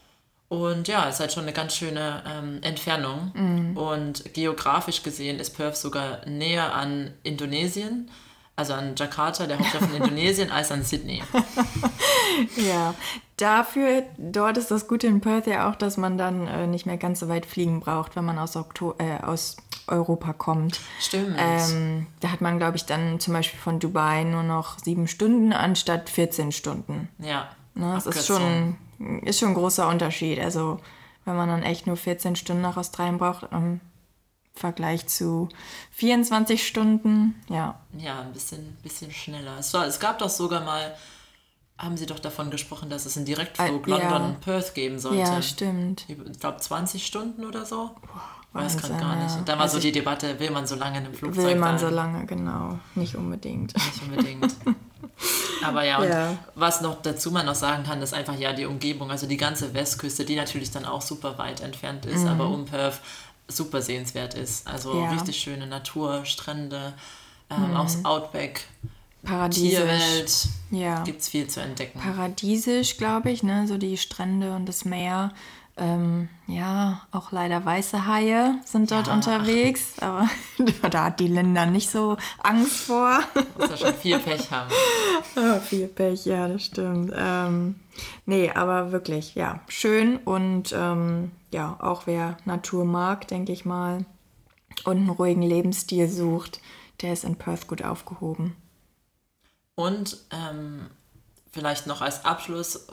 [SPEAKER 2] Und ja, es ist halt schon eine ganz schöne Entfernung. Und geografisch gesehen ist Perth sogar näher an Indonesien, also an Jakarta, der Hauptstadt von Indonesien, als an Sydney.
[SPEAKER 1] Ja, dort ist das Gute in Perth ja auch, dass man dann nicht mehr ganz so weit fliegen braucht, wenn man aus Europa kommt.
[SPEAKER 2] Stimmt.
[SPEAKER 1] Da hat man, glaube ich, dann zum Beispiel von Dubai nur noch 7 Stunden anstatt 14 Stunden.
[SPEAKER 2] Ja.
[SPEAKER 1] Ne, das ist schon ein großer Unterschied. Also wenn man dann echt nur 14 Stunden nach Australien braucht, im Vergleich zu 24 Stunden, ja.
[SPEAKER 2] Ja, ein bisschen schneller. Es gab doch sogar mal, haben Sie doch davon gesprochen, dass es einen Direktflug London-Perth geben sollte.
[SPEAKER 1] Ja, stimmt.
[SPEAKER 2] Ich glaube 20 Stunden oder so. Weiß
[SPEAKER 1] Wahnsinn,
[SPEAKER 2] gerade gar nicht.
[SPEAKER 1] ja.
[SPEAKER 2] Und da war so die Debatte, will man so lange in einem Flugzeug
[SPEAKER 1] Will man
[SPEAKER 2] sein?
[SPEAKER 1] so lange, genau. Nicht unbedingt.
[SPEAKER 2] Nicht unbedingt. Aber ja, und
[SPEAKER 1] Ja.
[SPEAKER 2] was noch dazu man noch sagen kann, ist einfach die Umgebung, also die ganze Westküste, die natürlich dann auch super weit entfernt ist, aber um Perth super sehenswert ist. Also richtig schöne Natur, Strände, auch das Outback,
[SPEAKER 1] Paradiesisch.
[SPEAKER 2] Tierwelt,
[SPEAKER 1] Ja.
[SPEAKER 2] gibt es viel zu entdecken.
[SPEAKER 1] Paradiesisch, glaube ich, ne? So die Strände und das Meer. Auch leider weiße Haie sind dort unterwegs, aber da hat die Linda nicht so Angst vor.
[SPEAKER 2] Muss ja schon viel Pech haben.
[SPEAKER 1] Viel Pech, ja, das stimmt. Nee, aber wirklich, ja, schön und auch wer Natur mag, denke ich mal, und einen ruhigen Lebensstil sucht, der ist in Perth gut aufgehoben.
[SPEAKER 2] Und vielleicht noch als Abschluss,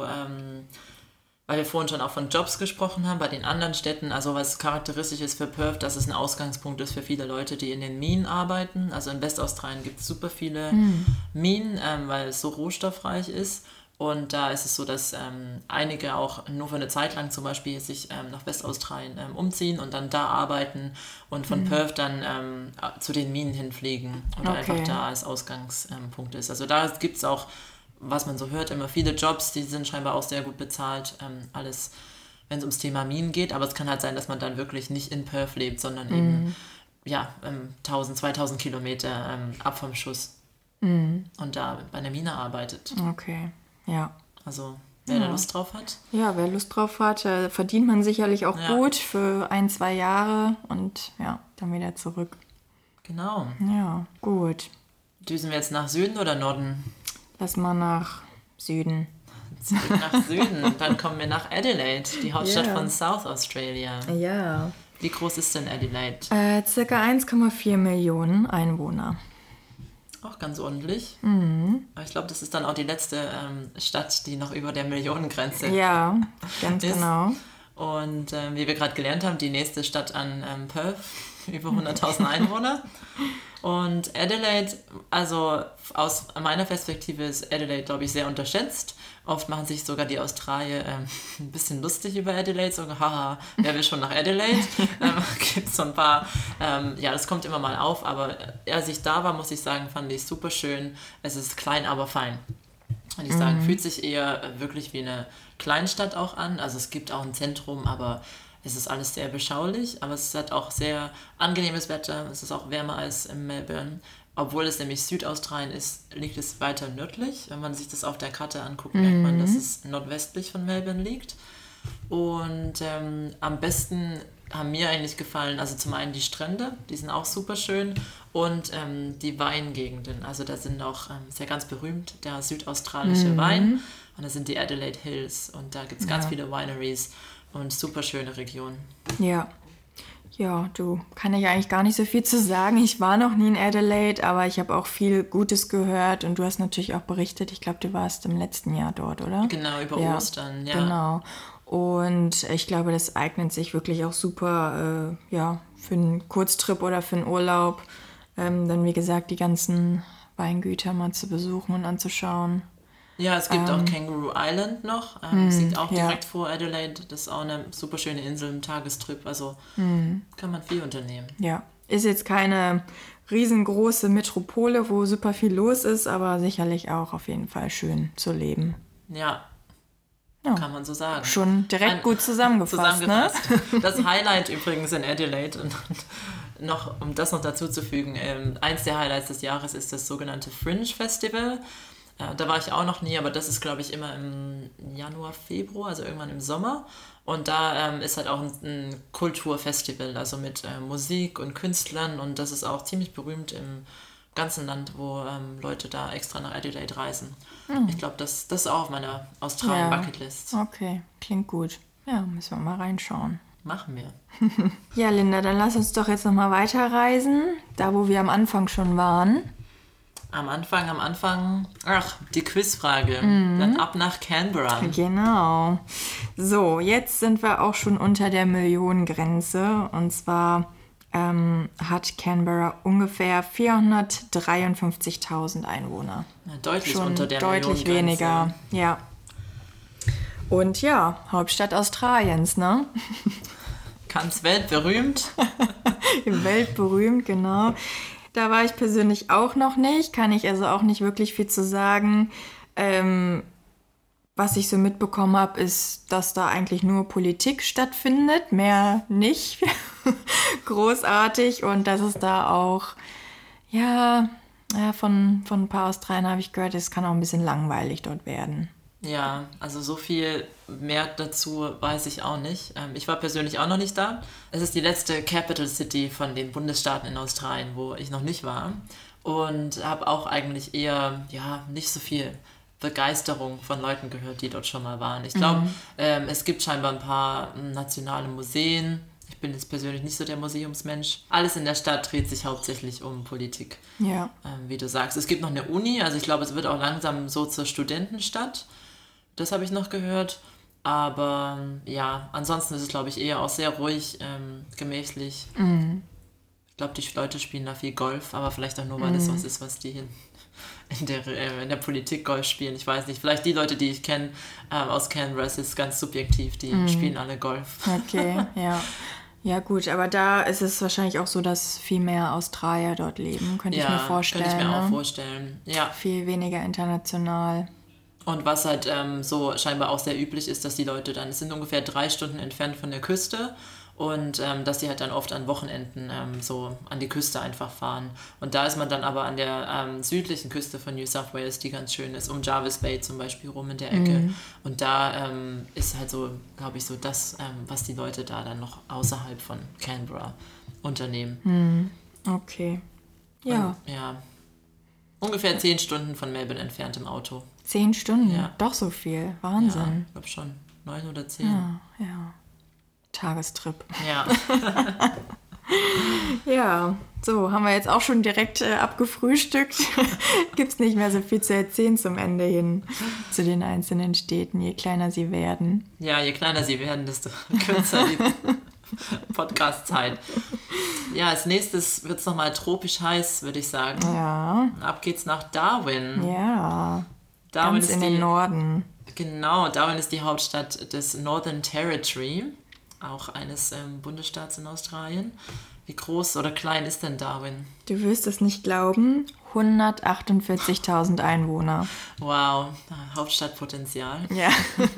[SPEAKER 2] weil wir vorhin schon auch von Jobs gesprochen haben, bei den anderen Städten, also was charakteristisch ist für Perth, dass es ein Ausgangspunkt ist für viele Leute, die in den Minen arbeiten. Also in Westaustralien gibt es super viele Minen, weil es so rohstoffreich ist. Und da ist es so, dass einige auch nur für eine Zeit lang zum Beispiel sich nach Westaustralien umziehen und dann da arbeiten und von Perth dann zu den Minen hinfliegen oder einfach da als Ausgangspunkt ist. Also da gibt es auch, was man so hört, immer viele Jobs, die sind scheinbar auch sehr gut bezahlt, alles, wenn es ums Thema Minen geht, aber es kann halt sein, dass man dann wirklich nicht in Perth lebt, sondern eben 1000, 2000 Kilometer ab vom Schuss und da bei einer Mine arbeitet.
[SPEAKER 1] Okay, ja.
[SPEAKER 2] Also wer da Lust drauf hat.
[SPEAKER 1] Ja, wer Lust drauf hat, verdient man sicherlich auch gut für 1-2 Jahre und dann wieder zurück.
[SPEAKER 2] Genau.
[SPEAKER 1] Ja, gut.
[SPEAKER 2] Düsen wir jetzt nach Süden oder Norden?
[SPEAKER 1] Lass mal nach Süden.
[SPEAKER 2] Zurück nach Süden. Dann kommen wir nach Adelaide, die Hauptstadt von South Australia.
[SPEAKER 1] Ja.
[SPEAKER 2] Wie groß ist denn Adelaide?
[SPEAKER 1] Circa 1,4 Millionen Einwohner.
[SPEAKER 2] Auch ganz ordentlich. Aber ich glaube, das ist dann auch die letzte Stadt, die noch über der Millionengrenze
[SPEAKER 1] Ja, ganz
[SPEAKER 2] ist.
[SPEAKER 1] genau.
[SPEAKER 2] Und wie wir gerade gelernt haben, die nächste Stadt an Perth, über 100.000 Einwohner. Und Adelaide, also aus meiner Perspektive ist Adelaide, glaube ich, sehr unterschätzt. Oft machen sich sogar die Australier ein bisschen lustig über Adelaide, so, haha, wer will schon nach Adelaide? Gibt so ein paar, ja, das kommt immer mal auf, aber als ich da war, muss ich sagen, fand ich es super schön. Es ist klein, aber fein. Und ich sagen, fühlt sich eher wirklich wie eine Kleinstadt auch an. Also es gibt auch ein Zentrum, aber es ist alles sehr beschaulich. Aber es hat auch sehr angenehmes Wetter. Es ist auch wärmer als in Melbourne. Obwohl es nämlich Südaustralien ist, liegt es weiter nördlich. Wenn man sich das auf der Karte anguckt, merkt man, dass es nordwestlich von Melbourne liegt. Und am besten haben mir eigentlich gefallen, also zum einen die Strände, die sind auch super schön, und die Weingegenden. Also da sind auch, ist ja ganz berühmt, der südaustralische Wein. Und da sind die Adelaide Hills und da gibt es ganz viele Wineries und super schöne Regionen.
[SPEAKER 1] Ja. Ja, du, kann ich eigentlich gar nicht so viel zu sagen. Ich war noch nie in Adelaide, aber ich habe auch viel Gutes gehört und du hast natürlich auch berichtet, ich glaube, du warst im letzten Jahr dort, oder?
[SPEAKER 2] Genau, über Ostern, ja.
[SPEAKER 1] Genau. Und ich glaube, das eignet sich wirklich auch super, ja, für einen Kurztrip oder für einen Urlaub. Dann, wie gesagt, die ganzen Weingüter mal zu besuchen und anzuschauen.
[SPEAKER 2] Ja, es gibt auch Kangaroo Island noch. Es liegt auch direkt vor Adelaide. Das ist auch eine super schöne Insel im Tagestrip. Also kann man viel unternehmen.
[SPEAKER 1] Ja, ist jetzt keine riesengroße Metropole, wo super viel los ist, aber sicherlich auch auf jeden Fall schön zu leben.
[SPEAKER 2] Ja, kann man so sagen.
[SPEAKER 1] Schon direkt gut zusammengefasst. Ne?
[SPEAKER 2] Das Highlight übrigens in Adelaide, und noch, um das noch dazu zu fügen, eins der Highlights des Jahres ist das sogenannte Fringe Festival. Da war ich auch noch nie, aber das ist, glaube ich, immer im Januar, Februar, also irgendwann im Sommer. Und da ist halt auch ein Kulturfestival, also mit Musik und Künstlern. Und das ist auch ziemlich berühmt im ganzen Land, wo Leute da extra nach Adelaide reisen. Ich glaube, das ist auch auf meiner Australien-Bucketlist.
[SPEAKER 1] Okay, klingt gut. Ja, müssen wir mal reinschauen.
[SPEAKER 2] Machen wir.
[SPEAKER 1] Ja, Linda, dann lass uns doch jetzt nochmal weiterreisen, da wo wir am Anfang schon waren.
[SPEAKER 2] Am Anfang, die Quizfrage. Dann ab nach Canberra.
[SPEAKER 1] Genau. So, jetzt sind wir auch schon unter der Millionengrenze. Und zwar hat Canberra ungefähr 453.000 Einwohner.
[SPEAKER 2] Ja, deutlich
[SPEAKER 1] schon
[SPEAKER 2] unter der
[SPEAKER 1] deutlich
[SPEAKER 2] Millionengrenze.
[SPEAKER 1] Weniger, ja. Und ja, Hauptstadt Australiens, ne?
[SPEAKER 2] Ganz weltberühmt.
[SPEAKER 1] Weltberühmt, genau. Da war ich persönlich auch noch nicht, kann ich also auch nicht wirklich viel zu sagen. Was ich so mitbekommen habe, ist, dass da eigentlich nur Politik stattfindet, mehr nicht. Großartig. Und dass es da auch, von ein paar Australiern habe ich gehört, es kann auch ein bisschen langweilig dort werden.
[SPEAKER 2] Ja, also so viel mehr dazu weiß ich auch nicht. Ich war persönlich auch noch nicht da. Es ist die letzte Capital City von den Bundesstaaten in Australien, wo ich noch nicht war. Und habe auch eigentlich eher, nicht so viel Begeisterung von Leuten gehört, die dort schon mal waren. Ich glaube, es gibt scheinbar ein paar nationale Museen. Ich bin jetzt persönlich nicht so der Museumsmensch. Alles in der Stadt dreht sich hauptsächlich um Politik.
[SPEAKER 1] Ja.
[SPEAKER 2] Wie du sagst. Es gibt noch eine Uni, also ich glaube, es wird auch langsam so zur Studentenstadt. Das habe ich noch gehört. Aber ansonsten ist es, glaube ich, eher auch sehr ruhig, gemächlich. Ich glaube, die Leute spielen da viel Golf, aber vielleicht auch nur, weil das was ist, was die in der Politik Golf spielen. Ich weiß nicht, vielleicht die Leute, die ich kenne aus Canberra, es ist ganz subjektiv, die spielen alle Golf.
[SPEAKER 1] Okay, ja. Ja gut, aber da ist es wahrscheinlich auch so, dass viel mehr Australier dort leben, könnte ich mir vorstellen.
[SPEAKER 2] Könnte ich mir auch vorstellen, ja.
[SPEAKER 1] Viel weniger international.
[SPEAKER 2] Und was halt so scheinbar auch sehr üblich ist, dass die Leute dann, es sind ungefähr 3 Stunden entfernt von der Küste, und dass die halt dann oft an Wochenenden so an die Küste einfach fahren. Und da ist man dann aber an der südlichen Küste von New South Wales, die ganz schön ist, um Jarvis Bay zum Beispiel rum in der Ecke. Und da ist halt so, glaube ich, so das, was die Leute da dann noch außerhalb von Canberra unternehmen.
[SPEAKER 1] Okay. Ja.
[SPEAKER 2] Und, ungefähr 10 Stunden von Melbourne entfernt im Auto.
[SPEAKER 1] 10 Stunden?
[SPEAKER 2] Ja.
[SPEAKER 1] Doch so viel. Wahnsinn.
[SPEAKER 2] Ja, ich glaube schon. 9 oder 10.
[SPEAKER 1] Ja. Tagestrip.
[SPEAKER 2] Ja.
[SPEAKER 1] Ja, so haben wir jetzt auch schon direkt abgefrühstückt. Gibt's nicht mehr so viel zu erzählen zum Ende hin zu den einzelnen Städten, je kleiner sie werden.
[SPEAKER 2] Ja, je kleiner sie werden, desto kürzer die Podcast-Zeit. Ja, als nächstes wird es nochmal tropisch heiß, würde ich sagen.
[SPEAKER 1] Ja.
[SPEAKER 2] Ab geht's nach Darwin.
[SPEAKER 1] Ja,
[SPEAKER 2] Darwin
[SPEAKER 1] ganz in den Norden.
[SPEAKER 2] Genau, Darwin ist die Hauptstadt des Northern Territory, auch eines Bundesstaats in Australien. Wie groß oder klein ist denn Darwin?
[SPEAKER 1] Du wirst es nicht glauben, 148.000 Einwohner.
[SPEAKER 2] Wow, Hauptstadtpotenzial.
[SPEAKER 1] Ja.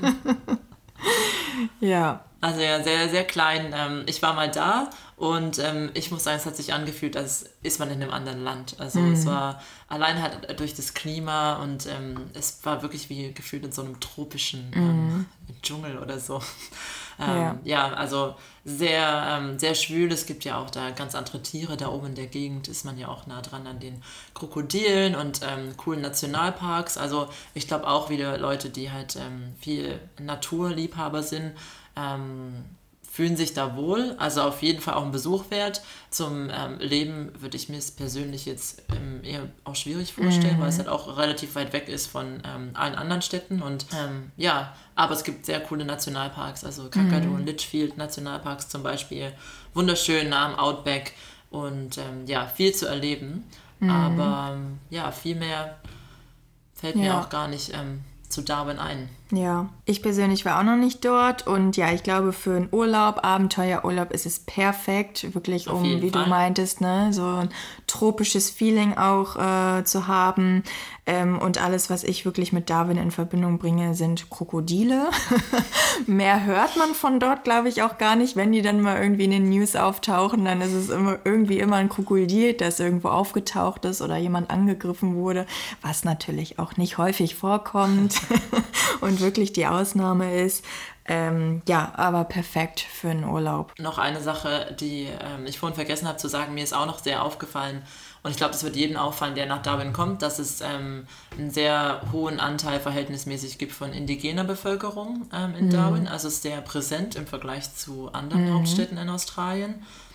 [SPEAKER 1] Ja.
[SPEAKER 2] Also ja, sehr, sehr klein. Ich war mal da und ich muss sagen, es hat sich angefühlt, als ist man in einem anderen Land. Also es war allein halt durch das Klima und es war wirklich wie gefühlt in so einem tropischen Dschungel oder so. Ja, also sehr, sehr schwül. Es gibt ja auch da ganz andere Tiere. Da oben in der Gegend ist man ja auch nah dran an den Krokodilen und coolen Nationalparks. Also ich glaube auch wieder Leute, die halt viel Naturliebhaber sind, fühlen sich da wohl. Also auf jeden Fall auch ein Besuch wert. Zum Leben würde ich mir es persönlich jetzt eher auch schwierig vorstellen, weil es halt auch relativ weit weg ist von allen anderen Städten. Und ja, aber es gibt sehr coole Nationalparks, also Kakadu und Litchfield Nationalparks zum Beispiel. Wunderschön, nah am Outback und ja, viel zu erleben. Aber ja, viel mehr fällt mir auch gar nicht zu Darwin ein.
[SPEAKER 1] Ja, ich persönlich war auch noch nicht dort und ja, ich glaube für einen Urlaub, Abenteuerurlaub ist es perfekt, wirklich
[SPEAKER 2] Auf jeden
[SPEAKER 1] wie
[SPEAKER 2] Fall.
[SPEAKER 1] du meintest, ne, so ein tropisches Feeling auch zu haben und alles, was ich wirklich mit Darwin in Verbindung bringe, sind Krokodile. Mehr hört man von dort, glaube ich, auch gar nicht, wenn die dann mal irgendwie in den News auftauchen, dann ist es immer ein Krokodil, das irgendwo aufgetaucht ist oder jemand angegriffen wurde, was natürlich auch nicht häufig vorkommt. Und wirklich die Ausnahme ist. Ja, aber perfekt für einen Urlaub.
[SPEAKER 2] Noch eine Sache, die ich vorhin vergessen habe zu sagen, mir ist auch noch sehr aufgefallen und ich glaube, das wird jedem auffallen, der nach Darwin kommt, dass es einen sehr hohen Anteil verhältnismäßig gibt von indigener Bevölkerung in Darwin. Also es ist sehr präsent im Vergleich zu anderen Hauptstädten in Australien.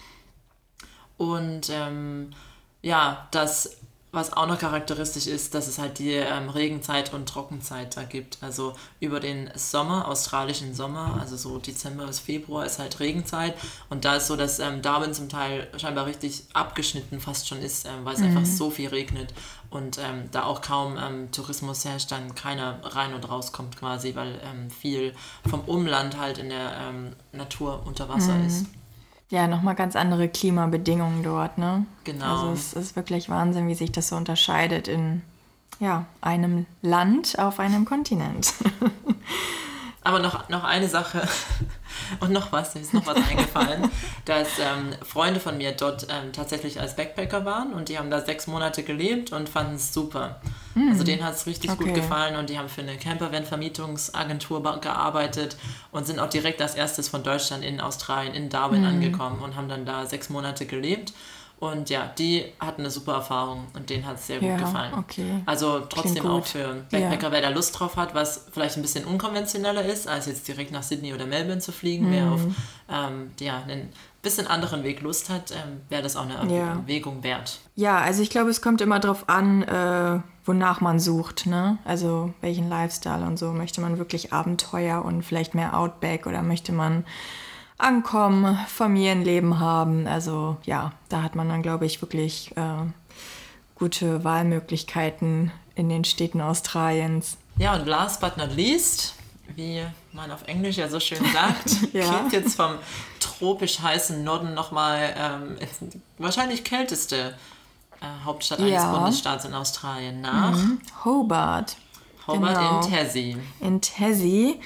[SPEAKER 2] Und ja, das, was auch noch charakteristisch ist, dass es halt die Regenzeit und Trockenzeit da gibt. Also über den Sommer, australischen Sommer, also so Dezember bis Februar ist halt Regenzeit. Und da ist so, dass Darwin zum Teil scheinbar richtig abgeschnitten fast schon ist, weil es einfach so viel regnet. Und da auch kaum Tourismus herrscht, dann keiner rein und rauskommt quasi, weil viel vom Umland halt in der Natur unter Wasser ist.
[SPEAKER 1] Ja, nochmal ganz andere Klimabedingungen dort, ne?
[SPEAKER 2] Genau.
[SPEAKER 1] Also es ist wirklich Wahnsinn, wie sich das so unterscheidet in einem Land auf einem Kontinent.
[SPEAKER 2] Aber noch eine Sache und noch was, mir ist noch was eingefallen, dass Freunde von mir dort tatsächlich als Backpacker waren und die haben da 6 Monate gelebt und fanden es super. Also denen hat es richtig gut gefallen und die haben für eine Campervan-Vermietungsagentur gearbeitet und sind auch direkt als erstes von Deutschland in Australien, in Darwin angekommen und haben dann da 6 Monate gelebt. Und ja, die hatten eine super Erfahrung und denen hat es sehr gut gefallen.
[SPEAKER 1] Okay.
[SPEAKER 2] Also trotzdem auch für Backpacker,
[SPEAKER 1] Ja.
[SPEAKER 2] wer da Lust drauf hat, was vielleicht ein bisschen unkonventioneller ist, als jetzt direkt nach Sydney oder Melbourne zu fliegen. Wer auf einen bisschen anderen Weg Lust hat, wäre das auch eine Erwägung wert.
[SPEAKER 1] Ja, also ich glaube, es kommt immer drauf an, wonach man sucht, ne? Also welchen Lifestyle und so. Möchte man wirklich Abenteuer und vielleicht mehr Outback oder möchte man Ankommen, Familienleben haben? Also ja, da hat man dann, glaube ich, wirklich gute Wahlmöglichkeiten in den Städten Australiens.
[SPEAKER 2] Ja, und last but not least, wie man auf Englisch ja so schön sagt, geht jetzt vom tropisch heißen Norden nochmal wahrscheinlich kälteste Hauptstadt eines Bundesstaats in Australien nach.
[SPEAKER 1] Hobart.
[SPEAKER 2] Hobart in Tassie.
[SPEAKER 1] In Tassie.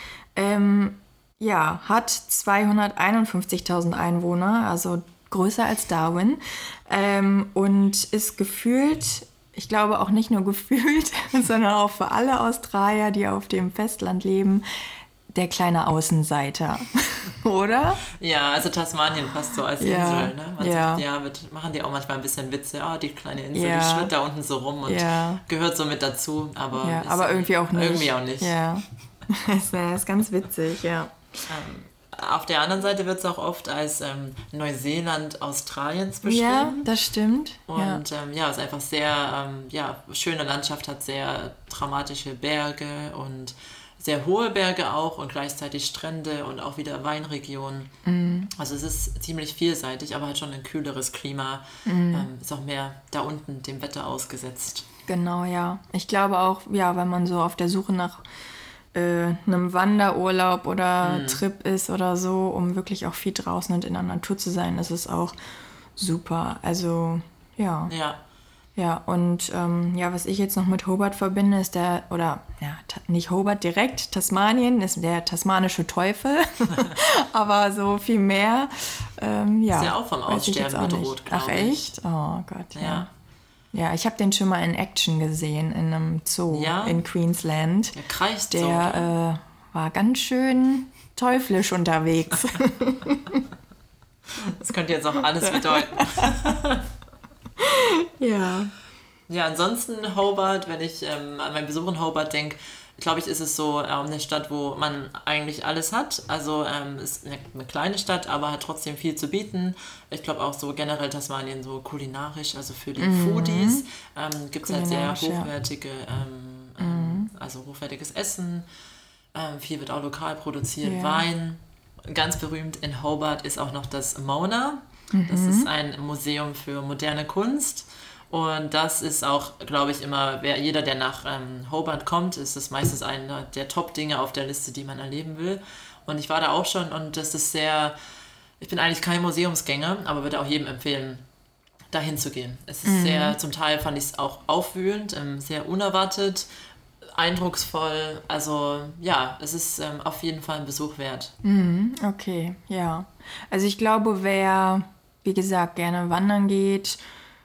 [SPEAKER 1] Hat 251.000 Einwohner, also größer als Darwin. Und ist gefühlt, ich glaube auch nicht nur gefühlt, sondern auch für alle Australier, die auf dem Festland leben, der kleine Außenseiter, oder?
[SPEAKER 2] Ja, also Tasmanien passt so als Insel, ne? Man sagt, machen die auch manchmal ein bisschen Witze, die kleine Insel, die schwirrt da unten so rum und gehört so mit dazu, aber
[SPEAKER 1] irgendwie auch nicht.
[SPEAKER 2] Irgendwie auch nicht.
[SPEAKER 1] Ja, das ist ganz witzig, ja.
[SPEAKER 2] auf der anderen Seite wird es auch oft als Neuseeland Australiens beschrieben.
[SPEAKER 1] Ja, das stimmt.
[SPEAKER 2] Und ist einfach sehr schöne Landschaft, hat sehr dramatische Berge und sehr hohe Berge auch und gleichzeitig Strände und auch wieder Weinregionen. Also es ist ziemlich vielseitig, aber hat schon ein kühleres Klima. Ist auch mehr da unten dem Wetter ausgesetzt.
[SPEAKER 1] Genau, ja. Ich glaube auch, ja, wenn man so auf der Suche nach einem Wanderurlaub oder Trip ist oder so, um wirklich auch viel draußen und in der Natur zu sein, ist es auch super. Also, ja. Ja, und was ich jetzt noch mit Hobart verbinde, ist nicht Hobart direkt, Tasmanien ist der tasmanische Teufel, aber so viel mehr,
[SPEAKER 2] Ist ja auch vom Aussterben bedroht, glaube ich.
[SPEAKER 1] Ach echt? Oh Gott, ja. Ja, ich habe den schon mal in Action gesehen in einem Zoo in Queensland.
[SPEAKER 2] Der kreist
[SPEAKER 1] Der war ganz schön teuflisch unterwegs.
[SPEAKER 2] Das könnte jetzt auch alles bedeuten.
[SPEAKER 1] Ja.
[SPEAKER 2] Ja, ansonsten Hobart, wenn ich an meinen Besuch in Hobart denke, glaube ich, ist es so eine Stadt, wo man eigentlich alles hat. Also ist eine kleine Stadt, aber hat trotzdem viel zu bieten. Ich glaube auch so generell Tasmanien so kulinarisch, also für die Foodies gibt es halt sehr hochwertige, also hochwertiges Essen. Viel wird auch lokal produziert, Wein. Ganz berühmt in Hobart ist auch noch das Mona. Das ist ein Museum für moderne Kunst. Und das ist auch, glaube ich, immer, jeder, der nach Hobart kommt, ist das meistens einer der Top-Dinge auf der Liste, die man erleben will. Und ich war da auch schon und das ist ich bin eigentlich kein Museumsgänger, aber würde auch jedem empfehlen, dahin zu gehen. Es ist sehr, zum Teil fand ich es auch aufwühlend, sehr unerwartet, eindrucksvoll. Also ja, es ist auf jeden Fall ein Besuch wert.
[SPEAKER 1] Okay, ja. Also ich glaube, wer, wie gesagt, gerne wandern geht,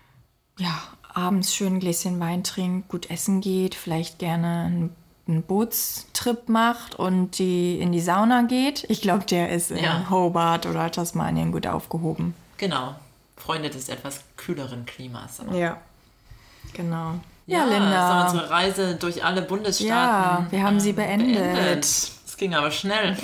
[SPEAKER 1] abends schön ein Gläschen Wein trinkt, gut essen geht, vielleicht gerne einen Bootstrip macht und in die Sauna geht. Ich glaube, der ist in Hobart oder Tasmanien gut aufgehoben.
[SPEAKER 2] Genau. Freunde des etwas kühleren Klimas. Aber.
[SPEAKER 1] Ja, genau.
[SPEAKER 2] Ja, Linda. Das war unsere Reise durch alle Bundesstaaten.
[SPEAKER 1] Ja, wir haben sie beendet.
[SPEAKER 2] Das ging aber schnell.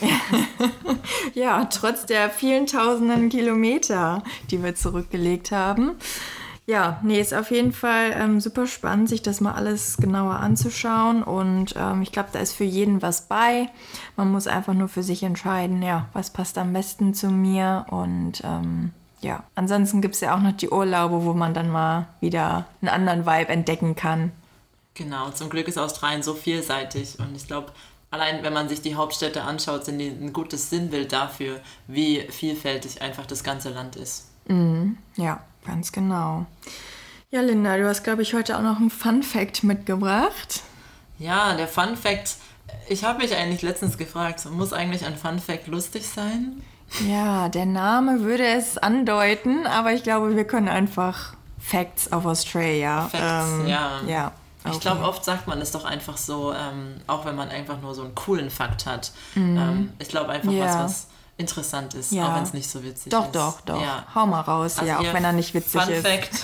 [SPEAKER 1] Ja, trotz der vielen tausenden Kilometer, die wir zurückgelegt haben. Ja, ist auf jeden Fall super spannend, sich das mal alles genauer anzuschauen und ich glaube, da ist für jeden was bei. Man muss einfach nur für sich entscheiden, was passt am besten zu mir und ansonsten gibt es ja auch noch die Urlaube, wo man dann mal wieder einen anderen Vibe entdecken kann.
[SPEAKER 2] Genau, zum Glück ist Australien so vielseitig und ich glaube, allein wenn man sich die Hauptstädte anschaut, sind die ein gutes Sinnbild dafür, wie vielfältig einfach das ganze Land ist.
[SPEAKER 1] Ja, ganz genau. Ja, Linda, du hast, glaube ich, heute auch noch einen Fun-Fact mitgebracht.
[SPEAKER 2] Ja, der Fun-Fact, ich habe mich eigentlich letztens gefragt, muss eigentlich ein Fun-Fact lustig sein?
[SPEAKER 1] Ja, der Name würde es andeuten, aber ich glaube, wir können einfach Facts of Australia.
[SPEAKER 2] Facts,
[SPEAKER 1] ja. Okay.
[SPEAKER 2] Ich glaube, oft sagt man es doch einfach so, auch wenn man einfach nur so einen coolen Fakt hat. Ich glaube einfach was interessant ist, auch wenn es nicht so witzig ist.
[SPEAKER 1] Doch. Ja. Hau mal raus, also auch wenn er nicht witzig ist.
[SPEAKER 2] Fun Fact.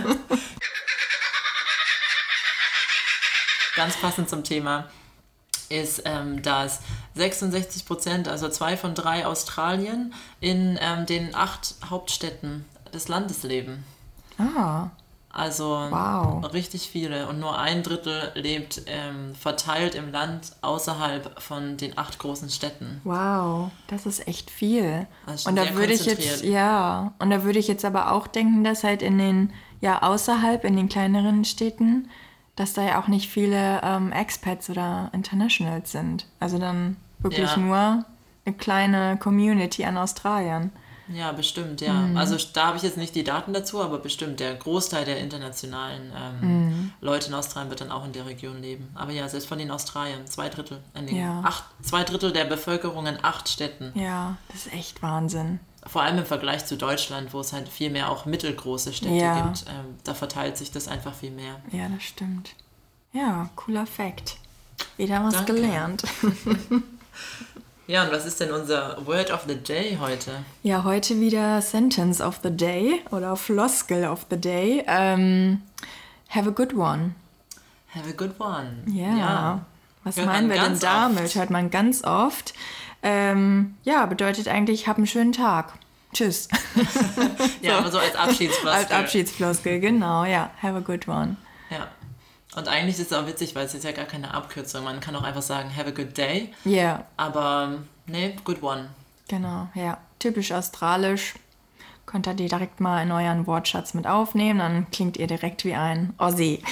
[SPEAKER 2] Ganz passend zum Thema ist, dass 66%, also 2 von 3 Australien, in den 8 Hauptstädten des Landes leben. Also richtig viele. Und nur 1/3 lebt verteilt im Land außerhalb von den 8 großen Städten.
[SPEAKER 1] Wow, das ist echt viel.
[SPEAKER 2] Also
[SPEAKER 1] und da würde ich jetzt aber auch denken, dass halt in den, außerhalb, in den kleineren Städten, dass da ja auch nicht viele Expats oder Internationals sind. Also dann wirklich nur eine kleine Community an Australiern.
[SPEAKER 2] Ja, bestimmt, ja. Also da habe ich jetzt nicht die Daten dazu, aber bestimmt der Großteil der internationalen Leute in Australien wird dann auch in der Region leben. Aber ja, selbst von den Australiern, 2/3. 2/3 der Bevölkerung in 8 Städten.
[SPEAKER 1] Ja, das ist echt Wahnsinn.
[SPEAKER 2] Vor allem im Vergleich zu Deutschland, wo es halt viel mehr auch mittelgroße Städte gibt. Da verteilt sich das einfach viel mehr.
[SPEAKER 1] Ja, das stimmt. Ja, cooler Fact. Wieder was gelernt.
[SPEAKER 2] Ja, und was ist denn unser Word of the Day heute?
[SPEAKER 1] Ja, heute wieder Sentence of the Day oder Floskel of the Day. Have a good one.
[SPEAKER 2] Have a good one.
[SPEAKER 1] Ja. Was
[SPEAKER 2] Hört
[SPEAKER 1] meinen
[SPEAKER 2] man
[SPEAKER 1] wir denn
[SPEAKER 2] ganz
[SPEAKER 1] damit?
[SPEAKER 2] oft.
[SPEAKER 1] Hört man ganz oft. Ja, bedeutet eigentlich, hab einen schönen Tag. Tschüss.
[SPEAKER 2] Ja, aber so als Abschiedsfloskel.
[SPEAKER 1] Als Abschiedsfloskel, genau, ja. Have a good one.
[SPEAKER 2] Ja. Und eigentlich ist es auch witzig, weil es ist ja gar keine Abkürzung. Man kann auch einfach sagen, have a good day.
[SPEAKER 1] Ja, yeah.
[SPEAKER 2] Aber, nee, good one.
[SPEAKER 1] Genau, ja. Typisch australisch. Könnt ihr die direkt mal in euren Wortschatz mit aufnehmen, dann klingt ihr direkt wie ein Aussie.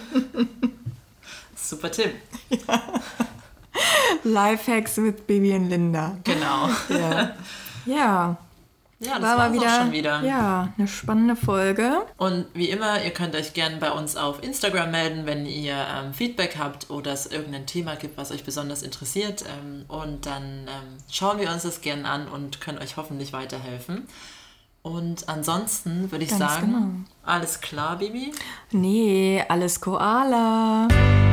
[SPEAKER 2] Super Tipp.
[SPEAKER 1] Lifehacks mit Bibi und Linda.
[SPEAKER 2] Genau.
[SPEAKER 1] Ja. Ja.
[SPEAKER 2] Ja, das
[SPEAKER 1] War
[SPEAKER 2] war's
[SPEAKER 1] mal
[SPEAKER 2] auch schon wieder.
[SPEAKER 1] Ja, eine spannende Folge.
[SPEAKER 2] Und wie immer, ihr könnt euch gerne bei uns auf Instagram melden, wenn ihr Feedback habt oder es irgendein Thema gibt, was euch besonders interessiert. Und dann schauen wir uns das gerne an und können euch hoffentlich weiterhelfen. Und ansonsten würde ich
[SPEAKER 1] Ganz
[SPEAKER 2] sagen,
[SPEAKER 1] genau.
[SPEAKER 2] alles klar, Bibi?
[SPEAKER 1] Nee, alles Koala.